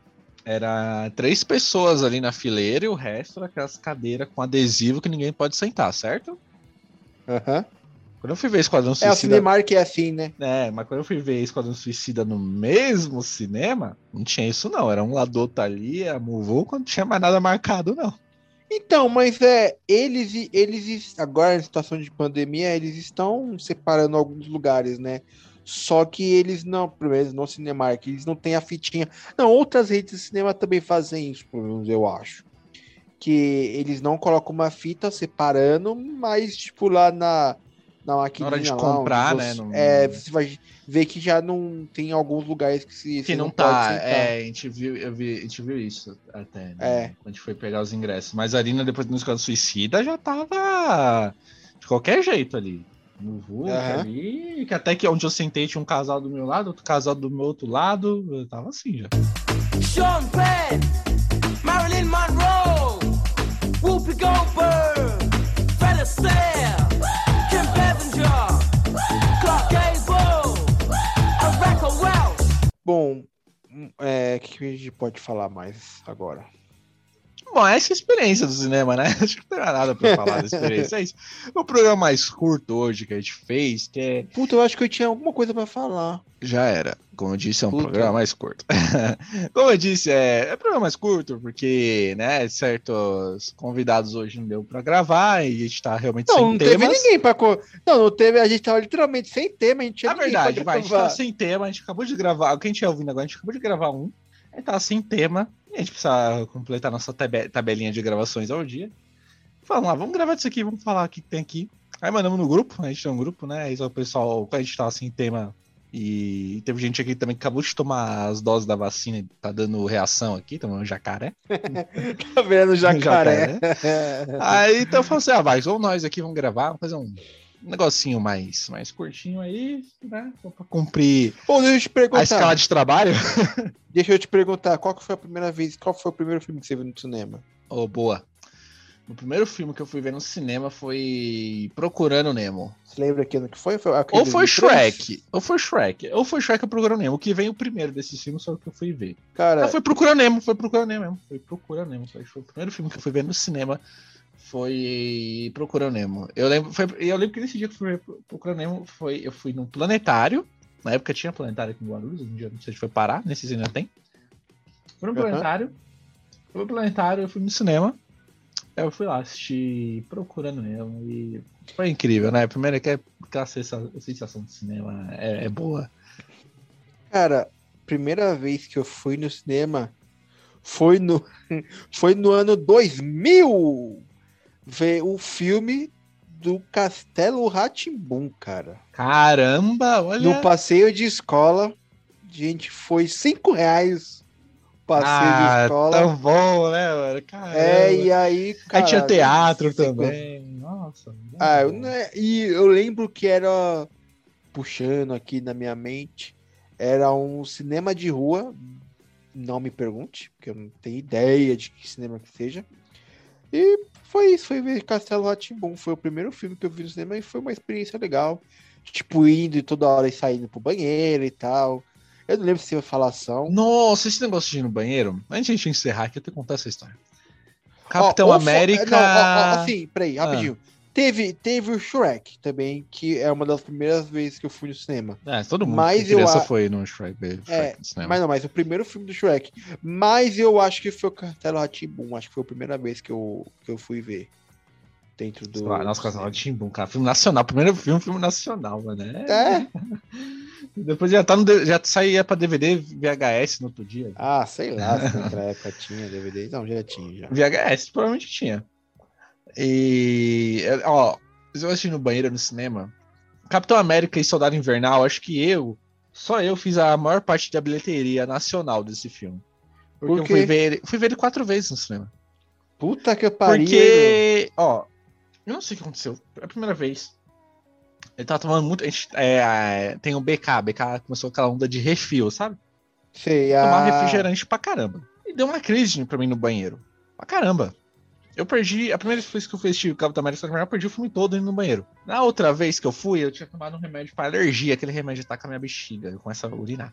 era três pessoas ali na fileira e o resto era aquelas cadeiras com adesivo que ninguém pode sentar, certo? Aham. Quando eu fui ver Esquadrão É, o Suicida. Cinemark é assim, né? É, mas quando eu fui ver Esquadrão Suicida no mesmo cinema, não tinha isso não. Era um lado do outro ali, a muvuca, não tinha mais nada marcado, não. Então, mas é, eles, e- eles agora em situação de pandemia, eles estão separando alguns lugares, né? Só que eles não, pelo menos no Cinemark, eles não têm a fitinha. Não, outras redes de cinema também fazem isso, pelo menos eu acho. Que eles não colocam uma fita separando, mas tipo lá na, na maquininha Na hora de lá, comprar, onde né, você, não- é, você vai ver que já não tem alguns lugares que se, Que você não, não pode tá, sentar. é, a gente viu, eu vi, a gente viu isso até, né, É. quando a gente foi pegar os ingressos. Mas ali, né, depois do Esquadrão Suicida, já tava de qualquer jeito ali. No Vulca Aham. ali, que até que onde eu sentei tinha um casal do meu lado, outro casal do meu outro lado, eu tava assim já. Sean Penn, Marilyn Monroe, Whoopi Goldberg, Fred Astaire, Kim Basinger, Clark Gable, Rebecca Welch. Bom, hum, é, o que que a gente pode falar mais agora? Bom, essa é a experiência do cinema, né? Acho que não tem mais nada pra falar da experiência. É isso. O programa mais curto hoje que a gente fez, que é Puta, eu acho que eu tinha alguma coisa pra falar. Já era. Como eu disse, é um Puta. programa mais curto. Como eu disse, é, é um programa mais curto, porque, né, certos convidados hoje não deu pra gravar e a gente tá realmente Não, sem não teve temas. ninguém pra. co- Não, não teve. A gente tava literalmente sem tema, a gente tinha Na ninguém verdade, pra vai, a gente gravar. tá sem tema, a gente acabou de gravar, o que a gente é ouvindo agora, a gente acabou de gravar um, a gente tava sem tema, e a gente precisa completar nossa tabe- tabelinha de gravações ao dia. Vamos lá, vamos gravar disso aqui, vamos falar o que tem aqui. Aí mandamos no grupo, a gente tem um grupo, né, aí só o pessoal, quando a gente tava sem tema, e teve gente aqui também que acabou de tomar as doses da vacina e tá dando reação aqui, tomando jacaré. Tá vendo o jacaré? Aí então eu falei assim, ah, vai, vamos nós aqui, vamos gravar, vamos fazer um negocinho mais, mais curtinho aí, né, só pra cumprir Pô, deixa eu te a perguntar. escala de trabalho. Deixa eu te perguntar, qual que foi a primeira vez, qual foi o primeiro filme que você viu no cinema? Oh, boa. O primeiro filme que eu fui ver no cinema foi Procurando Nemo. Você lembra que ano que foi? Foi aquele Ou foi dois mil e três? Shrek, ou foi Shrek, ou foi Shrek ou Procurando Nemo. O que vem o primeiro desses filmes foi o que eu fui ver. Cara, Não, foi Procurando Nemo, foi Procurando Nemo mesmo. Foi Procurando Nemo. Foi, foi o primeiro filme que eu fui ver no cinema. Foi Procurando Nemo. Eu lembro, foi, eu lembro que nesse dia que eu fui ver Procurando Nemo, foi, eu fui no Planetário. Na época tinha Planetário aqui em Guarulhos, um dia não sei se foi parar, nesse ainda tem. Fui no Aham. Planetário. Fui no Planetário, eu fui no cinema. Eu fui lá assistir Procurando Nemo e foi incrível, né? Primeiro é que aquela sensação, a sensação de cinema é, é boa. cara, primeira vez que eu fui no cinema foi no, foi no ano dois mil ver o filme do Castelo Rá-Tim-Bum, cara. Caramba, olha. No passeio de escola, gente, foi cinco reais o passeio de ah, escola. tão bom, né, mano? Caramba. É, e aí, cara... Aí tinha teatro cinco- também. Nossa. Ah, muito eu, bom. né, e eu lembro que era, puxando aqui na minha mente, era um cinema de rua, não me pergunte, porque eu não tenho ideia de que cinema que seja. E foi isso, foi ver Castelo Rá-Tim-Bum, foi o primeiro filme que eu vi no cinema e foi uma experiência legal. Tipo, indo e toda hora e saindo pro banheiro e tal. Eu não lembro se foi falação. Nossa, esse negócio de ir no banheiro, antes de a gente encerrar aqui, eu tenho que contar essa história. Capitão Ó, ou fo- América. Não, ó, ó, assim, peraí, Ah. rapidinho. Teve, teve o Shrek também, que é uma das primeiras vezes que eu fui no cinema. É, todo mundo Mas que criança eu a- foi no Shrek, Shrek É, no cinema. Mas não, mas o primeiro filme do Shrek. Mas eu acho que foi o Castelo Rá-Tim-Bum, acho que foi a primeira vez que eu, que eu fui ver. dentro do... Sei lá, nossa, Castelo Rá-Tim-Bum, cara. Filme nacional. Primeiro filme, filme nacional, mano. É. É? Depois já, tá no, D- já saía pra D V D, V H S no outro dia. Ah, sei lá, se naquela época tinha D V D. Não, já tinha, já. V H S, provavelmente tinha. E, ó, se eu assisti no banheiro no cinema, Capitão América e Soldado Invernal, acho que eu, só eu fiz a maior parte da bilheteria nacional desse filme. Porque Por eu quê? fui ver, ele- fui ver ele quatro vezes no cinema. Puta que pariu, hein, Porque, ó, eu não sei o que aconteceu. É a primeira vez. Ele tava tomando muito. A gente, é, é, tem o B K. B K começou aquela onda de refil, sabe? meu? Sei, Tomar ah... refrigerante pra caramba. E deu uma crise pra mim no banheiro. Pra caramba. Eu perdi. A primeira vez que eu fui assistir o Capitão América, eu perdi o filme todo indo no banheiro. Na outra vez que eu fui, eu tinha tomado um remédio pra alergia. Aquele remédio tá com a minha bexiga. Eu começo a urinar.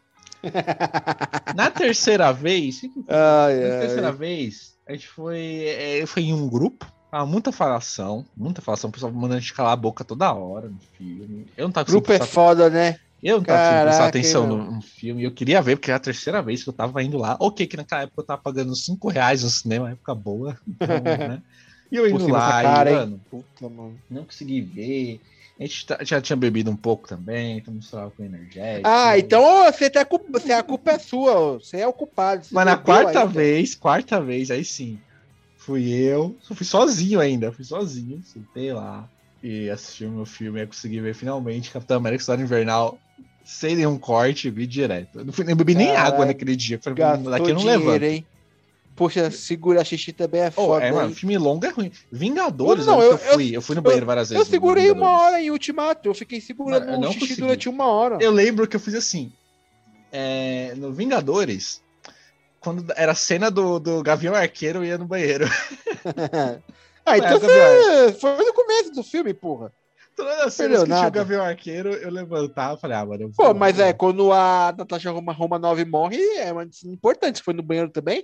Na terceira vez. que que foi? Ai, Na ai. terceira vez, a gente foi. É, foi em um grupo. Tava muita falação. Muita falação. O pessoal mandando a gente calar a boca toda hora no filme. Eu não tava Grupo é conseguindo prestar- foda, né? eu não tava conseguindo prestar Caraca, atenção hein, no, meu? no filme. Eu queria ver, porque era a terceira vez que eu tava indo lá. Ok, que naquela época eu tava pagando cinco reais no cinema, época boa. Então, né? E eu indo Pô, cinema lá, tá caro, e, hein? mano, Puta, mano. não consegui ver. A gente tá- já tinha bebido um pouco também, então misturava com energético. Ah, então você tá culpa, você, a culpa é sua, ó. Você é o culpado. Você Mas na bebeu quarta ainda. vez, quarta vez, aí sim. Fui eu, eu fui sozinho ainda, fui sozinho, sentei lá e assisti o meu filme e consegui ver finalmente Capitão América Soldado Invernal sem nenhum corte, vi direto. Eu não, fui, nem bebi nem Caralho, água naquele dia, falei, Gastou daqui eu não dinheiro, levanto. hein? Poxa, segura xixi também é Oh, foda, é, mano, hein? filme longo é ruim. Vingadores, Não, não, eu- que eu fui. Eu, fui no banheiro várias Eu vezes. no segurei uma Vingadores. hora em Ultimato. Eu fiquei segurando Mano, eu o não xixi consegui. durante uma hora. Eu lembro que eu fiz assim. é, no Vingadores, quando era a cena do, do Gavião Arqueiro, eu ia no banheiro. Ah, então É, Gabriel. você foi no começo do filme, porra. Todas as cenas Perdeu que tinha o nada. Gavião Arqueiro, eu levantava e falei, ah, mano, eu Pô, vou. mas vou. é, quando a Natasha Roma, Roma nove morre, é uma cena importante. Você foi no banheiro também?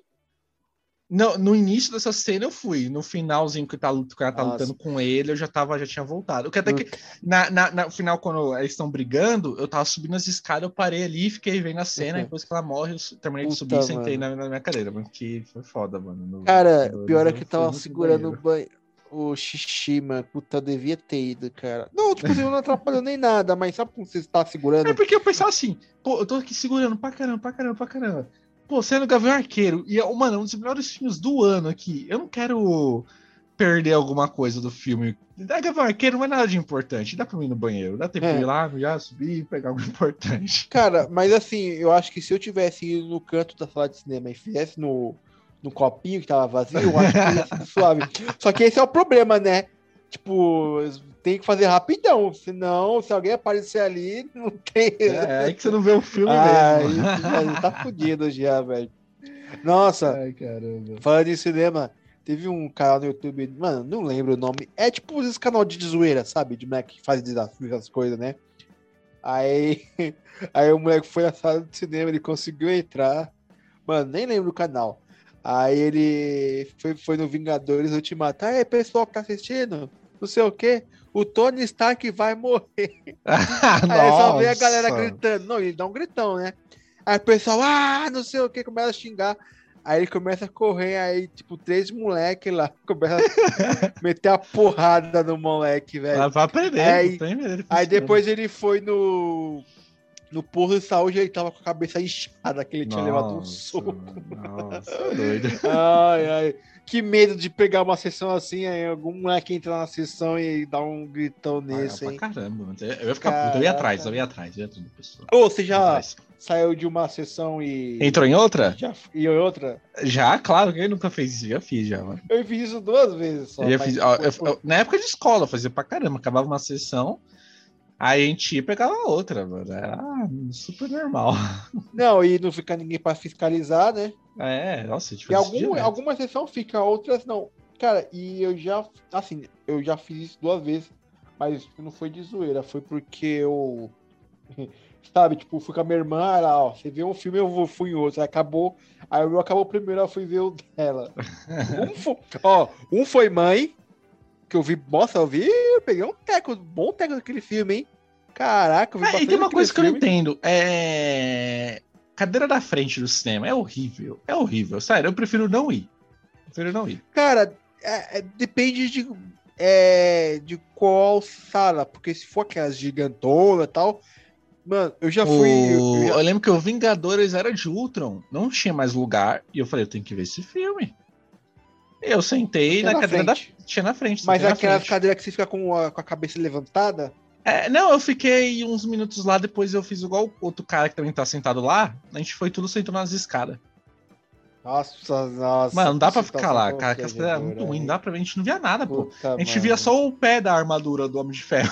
No, no início dessa cena eu fui. No finalzinho que tá, lut- que ela tá Nossa. lutando com ele, eu já tava, já tinha voltado. O que até que na, na, na- no final, quando eles estão brigando, eu tava subindo as escadas, eu parei ali, fiquei vendo a cena, e depois que ela morre, eu su- terminei de Puta, subir e sentei mano. na, na minha cadeira, mano, que foi foda, mano. No- Cara, no- pior é eu que eu fui tava muito no segurando o banheiro. banho. O xixi, mano. Puta, eu devia ter ido, cara. Não, tipo, assim, não atrapalhou nem nada, mas sabe como você está segurando? É porque eu pensava assim, pô, eu tô aqui segurando pra caramba, pra caramba, pra caramba. Pô, sendo Gavião Arqueiro, e, é, mano, um dos melhores filmes do ano aqui. Eu não quero perder alguma coisa do filme. Da Gavião Arqueiro não é nada de importante. Dá pra mim ir no banheiro, dá tempo É. de ir lá, já subir e pegar algo importante. Cara, mas assim, eu acho que se eu tivesse ido no canto da sala de cinema e fizesse no, no copinho que tava vazio, eu acho que ia ser suave. Só que esse é o problema, né? Tipo, tem que fazer rapidão, senão, se alguém aparecer ali, não tem. É, aí que você não vê o filme Ai, mesmo. já tá fudido já, velho. Nossa, Ai, caramba. falando em cinema, teve um canal no YouTube, mano, não lembro o nome. É tipo esse canal de zoeira, sabe? De moleque que faz desafios, essas coisas, né? Aí, aí o moleque foi na sala de cinema, ele conseguiu entrar. Mano, nem lembro o canal. Aí ele foi, foi no Vingadores Ultimato. Aí, pessoal que tá assistindo, não sei o quê, o Tony Stark vai morrer. Aí só vê a galera Nossa. gritando. Não, ele dá um gritão, né? Aí o pessoal, ah, não sei o que, começa a xingar. Aí ele começa a correr, aí, tipo, três moleques lá, começa a meter a porrada no moleque, velho. Ela vai aprender. Aí- não tem medo, ele Aí funciona. depois ele foi no. No posto de saúde, ele tava com a cabeça inchada, que ele tinha levado um Nossa, soco. Nossa, é doido. Ai, ai. Que medo de pegar uma sessão assim, aí algum moleque entrar na sessão e dar um gritão nesse, Ah, hein? pra caramba, mano. Eu ia ficar puto, eu ia atrás, eu ia atrás, eu ia atrás da pessoa. Ou você já Atrás. saiu de uma sessão e. Entrou em outra? Já, e outra? Já, claro, quem nunca fez isso? Já fiz, já, mano. Eu fiz isso duas vezes só. Eu já mas fiz, ó, foi- eu- foi- eu- na época de escola, eu fazia pra caramba. Acabava uma sessão, aí a gente ia e pegava outra, mano. Era super normal. Não, e não fica ninguém pra fiscalizar, né? É, nossa, a gente E fazia isso algum, direto. algumas sessões fica, outras não. Cara, e eu já, assim, eu já fiz isso duas vezes, mas não foi de zoeira, foi porque eu, sabe, tipo, fui com a minha irmã, ela, ó, você vê um filme, eu vou, fui em outro, aí acabou, aí o meu acabou primeiro, eu fui ver o dela. Um foi, ó, um foi Mãe, que eu vi, nossa, eu vi, eu peguei um teco, bom teco daquele filme, hein? Caraca, eu vi É, e bastante tem uma daquele coisa que eu não filme. entendo. É. Cadeira da frente do cinema é horrível. É horrível. Sério, eu prefiro não ir. Prefiro não ir. Cara, é- é- depende de. é de qual sala, porque se for aquelas gigantonas e tal, mano, eu já fui. O... Eu Eu, já... lembro que o Vingadores era de Ultron, não tinha mais lugar, e eu falei, eu tenho que ver esse filme. Eu sentei Tinha na na cadeira da. frente. Tinha na frente, Mas sentei na aquelas frente. cadeiras que você fica com a, com a cabeça levantada. É, não, eu fiquei uns minutos lá, depois eu fiz igual o outro cara que também tá sentado lá. A gente foi tudo sentando nas escadas. Nossa, nossa. Mano, não dá que pra ficar situação lá, cara, que as cadeiras eram muito constrangedora, ruins, não hein? dá pra ver, a gente não via nada, pô. Puta, A gente mano. via só o pé da armadura do Homem de Ferro.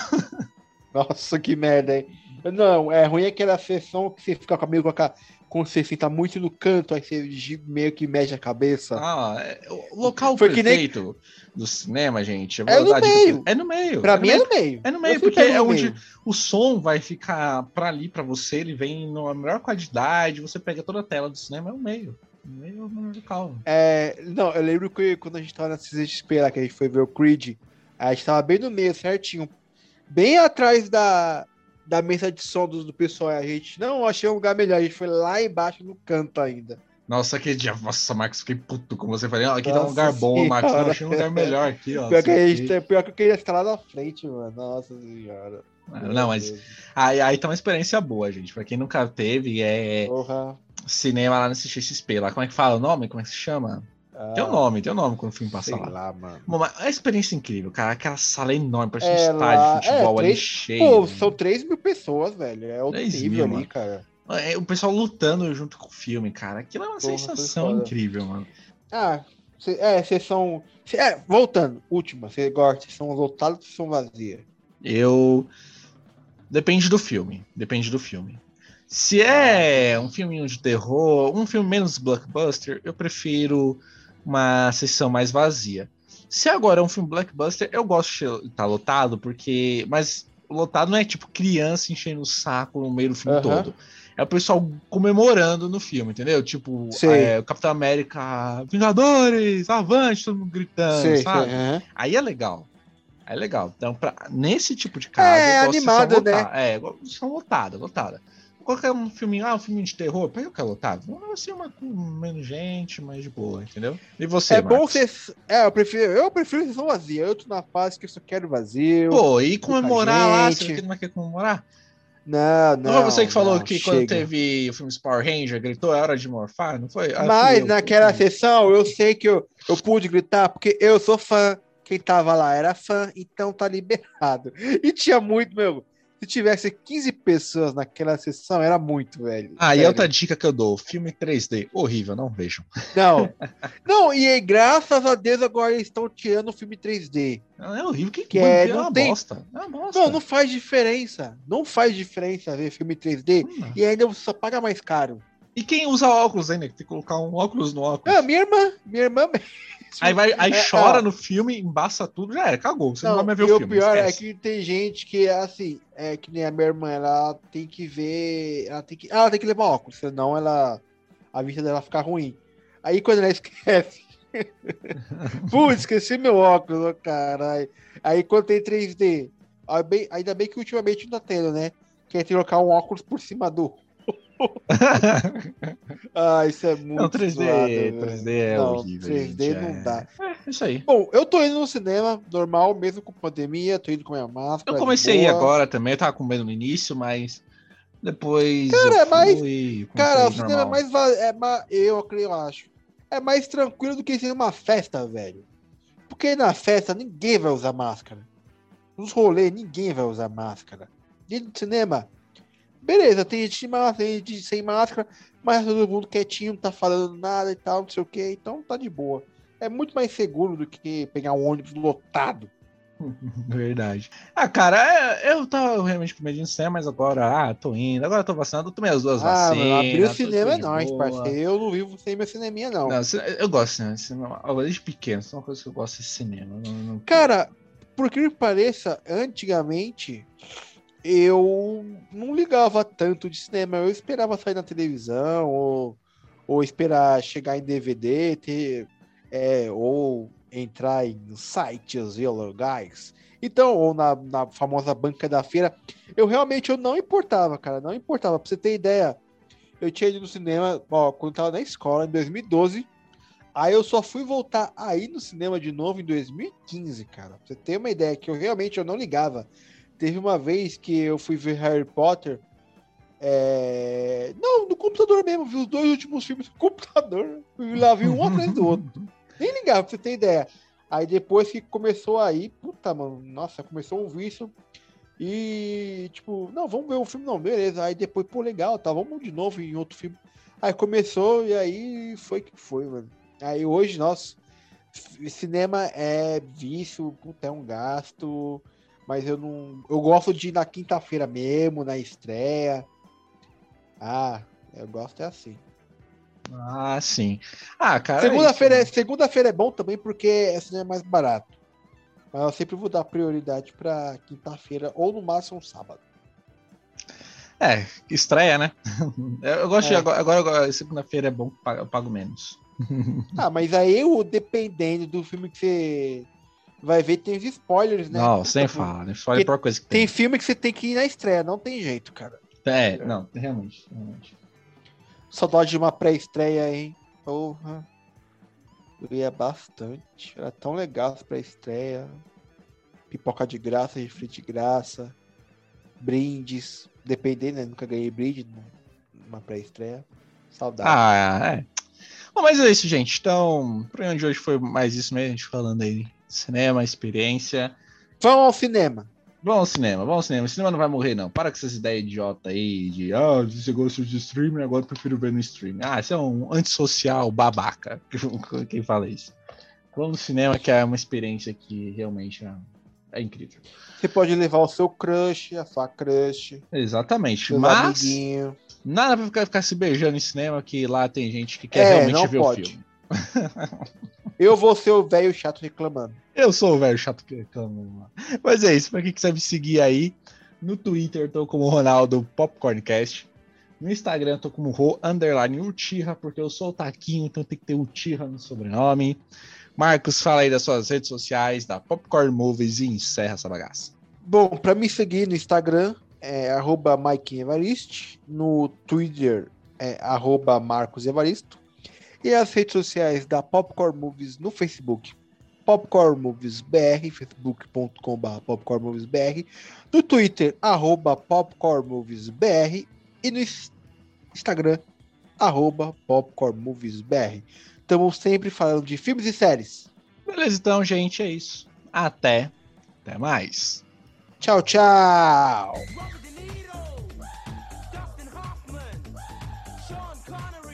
Nossa, que merda, hein? Não, é ruim aquela sessão que você fica meio com a ca- quando você senta muito no canto, aí você gi- meio que mexe a cabeça. Ah, é- o local Foi que nem- perfeito do cinema, gente. eu É vou no dar a dica meio. pra- É no meio. Pra é no mim é meio. no meio. É no Eu meio, sempre porque pego é no onde meio. o som vai ficar pra ali, pra você, ele vem numa melhor qualidade, você pega toda a tela do cinema, é o meio. O meio é o melhor local. É, não, eu lembro que quando a gente tava na C C X P lá, que a gente foi ver o Creed, a gente tava bem no meio, certinho. Bem atrás da, da mesa de som do, do pessoal. A gente não achei um lugar melhor, a gente foi lá embaixo no canto ainda. Nossa, aquele dia, nossa, Marcos, fiquei puto com você. Falei, ó, aqui tá um Nossa lugar bom, Marcos. Não, senhora. achei um lugar melhor aqui, ó. Pior que, não a sei o gente, quê. pior que eu queria ficar lá na frente, mano. Nossa senhora. Não, mas aí, aí tá uma experiência boa, gente. Pra quem nunca teve, é Porra. cinema lá no C X P. Lá, como é que fala o nome? Como é que se chama? Tem um Ah, nome, tem um nome quando o filme passa sei lá. lá, mano. Bom, mas é uma experiência incrível, cara. Aquela sala enorme, parece um É, estádio lá- de futebol é, ali três- cheio. Pô, são três mil pessoas, velho. É outro três nível mil, ali, mano. cara. É, o pessoal lutando junto com o filme, cara. Aquilo é uma Porra, sensação foi foda. incrível, mano. Ah, cê, é, vocês são. Cê, é, voltando, última, você gosta, vocês são lotados ou vocês são vazias? Eu. Depende do filme. Depende do filme. Se é um filminho de terror, um filme menos blockbuster, eu prefiro uma sessão mais vazia. Se agora é um filme blockbuster, eu gosto de estar lotado, porque. Mas lotado não é tipo criança enchendo o saco no meio do filme Aham. todo. É o pessoal comemorando no filme, entendeu? Tipo, Sei. é, o Capitão América, Vingadores, avante, todo mundo gritando, Sei, sei. sabe? aham. Aí é legal. Aí é legal. Então, pra, nesse tipo de caso, É, eu gosto animado, de sessão né? lotada. É, eu gosto de sessão lotada, lotada. Qualquer um filminho, ah, um filminho de terror, pega o que é lotado. Vamos assim, uma com menos gente, mais de boa, entendeu? E você, É bom Marcos? vocês. É, eu prefiro, eu prefiro sessão vazia. Eu tô na fase que eu só quero vazio. Pô, e comemorar lá, gente. você não vai querer comemorar? Não, Não, não. foi você que falou não, que chega. quando teve o filme Power Ranger, gritou, é hora de morfar? Não foi? Ah, fui Mas eu, naquela fui eu. sessão eu sei que eu, eu pude gritar porque eu sou fã. Quem tava lá era fã, então tá liberado. E tinha muito, meu. Se tivesse quinze pessoas naquela sessão, era muito, velho. Ah, e sério. outra dica que eu dou: filme três D, horrível, não vejam. Não. Não, e aí, graças a Deus agora eles estão tirando o filme três D. Não, é horrível, que, Que que é, é, não uma tem- bosta. É uma bosta. Não, não faz diferença. Não faz diferença ver filme três D. Não dá. E ainda você só paga mais caro. E quem usa óculos ainda, que tem que colocar um óculos no óculos. Ah, minha irmã, minha irmã. Aí, vai, aí É, chora ó. no filme, embaça tudo, já era, cagou. Você não, vai Não, mais ver e o o filme. pior é esquece. que tem gente que é assim, é que nem a minha irmã, ela tem que ver, ela tem que, ela tem que levar óculos, senão ela, a vista dela fica ruim. Aí quando ela esquece, putz, esqueci meu óculos, ô, caralho. Aí quando tem três D, aí bem- ainda bem que ultimamente não tá tendo, né? Que é colocar um óculos por cima do. Ah, isso é muito Não, três D, zoado, velho. três D é Não, horrível. três D gente, não é- dá. É isso aí. Bom, eu tô indo no cinema normal, mesmo com pandemia, tô indo com minha máscara. Eu de comecei boa. agora também, eu tava com medo no início, mas depois Cara, eu é mais- fui, Cara, o comprei cinema é normal. mais, va- é mais. Eu, acredito, eu acho. É mais tranquilo do que ser uma festa, velho. Porque na festa ninguém vai usar máscara. Nos rolês ninguém vai usar máscara. Dentro do cinema, beleza, tem gente de máscara, tem gente sem máscara, mas todo mundo quietinho, não tá falando nada e tal, não sei o que, então tá de boa. É muito mais seguro do que pegar um ônibus lotado. Verdade. Ah, cara, é- eu tava realmente com medo de cinema, mas agora, ah, tô indo, agora eu tô vacinado, eu tomei as duas Ah, vacinas. mano, abrir o tô- cinema tô é de nóis, boa. parceiro. Eu não vivo sem meu cineminha, não. Não, ci- eu gosto de cinema, cinema. ó, Desde pequeno, isso é uma coisa que eu gosto de cinema. Não, não- Cara, por que pareça, antigamente eu não ligava tanto de cinema. Eu esperava sair na televisão, ou, ou esperar chegar em D V D, ter, é, ou entrar em sites, Yellow Guys. Então, ou na, na famosa banca da feira. Eu realmente eu não importava, cara. Não importava. Pra você ter ideia, eu tinha ido no cinema, ó, quando eu tava na escola, em dois mil e doze. Aí eu só fui voltar aí no cinema de novo em dois mil e quinze, cara. Pra você ter uma ideia, que eu realmente eu não ligava. Teve uma vez que eu fui ver Harry Potter. É... Não, no computador mesmo. Vi os dois últimos filmes no computador. E lá vi um atrás do outro. Nem ligava, pra você ter ideia. Aí depois que começou aí, puta, mano, nossa, começou um vício. E, tipo, não, vamos ver o filme, não, beleza. Aí depois, pô, legal, tá, vamos de novo em outro filme. Aí começou e aí foi que foi, mano. Aí hoje, nossa, cinema é vício, puta, é um gasto. Mas eu não. Eu gosto de ir na quinta-feira mesmo, na estreia. Ah, eu gosto é assim. Ah, sim. Ah, cara. Segunda-feira é é, segunda-feira é bom também porque é cinema mais barato. Mas eu sempre vou dar prioridade pra quinta-feira ou no máximo um sábado. É, estreia, né? Eu gosto É. de agora, agora, agora segunda-feira é bom que eu pago menos. Ah, mas aí eu, dependendo do filme que você vai ver, tem os spoilers, né? Não, sem Tipo, falar, né? Fala a pior coisa que tem tem. filme que você tem que ir na estreia, não tem jeito, cara. É, não, realmente, realmente. Saudade de uma pré-estreia, hein? Porra. Eu ia bastante. Era tão legal as pré-estreia. Pipoca de graça, refri de graça. Brindes. Dependendo, né? Nunca ganhei brinde numa pré-estreia. Saudade. Ah, é. Bom, mas é isso, gente. Então, o programa de hoje foi mais isso mesmo, a gente falando aí de cinema, experiência. Vamos ao cinema. Vamos ao cinema, vamos ao cinema. O cinema não vai morrer, não. Para com essas ideias idiota aí de ah, se você gosta de streaming, agora eu prefiro ver no streaming. Ah, isso é um antissocial babaca. Quem fala isso? Vamos no cinema, que é uma experiência que realmente é, é incrível. Você pode levar o seu crush, a sua crush, Exatamente. seus Mas amiguinhos. nada pra ficar, ficar se beijando em cinema, que lá tem gente que quer É, realmente não ver pode. o filme. Eu vou ser o velho chato reclamando. Eu sou o velho chato que reclama. Mas é isso, pra quem quiser me seguir aí, no Twitter eu tô como Ronaldo Popcorncast, no Instagram eu tô como Ro Underline Uchiha, porque eu sou o Taquinho, então tem que ter Uchiha no sobrenome. Marcos, fala aí das suas redes sociais, da Popcorn Movies e encerra essa bagaça. Bom, pra me seguir no Instagram é arroba Evariste, no Twitter é arroba Marcos Evaristo, e as redes sociais da Popcorn Movies no Facebook, Popcorn Movies B R, facebook ponto com barra Popcorn Movies B R, no Twitter, arroba Popcorn Movies B R, e no Instagram, arroba Popcorn Movies B R. Estamos sempre falando de filmes e séries. Beleza, então, gente, é isso. Até, até mais. Tchau, tchau! Robert De Niro, Dustin Hoffman, Sean Connery.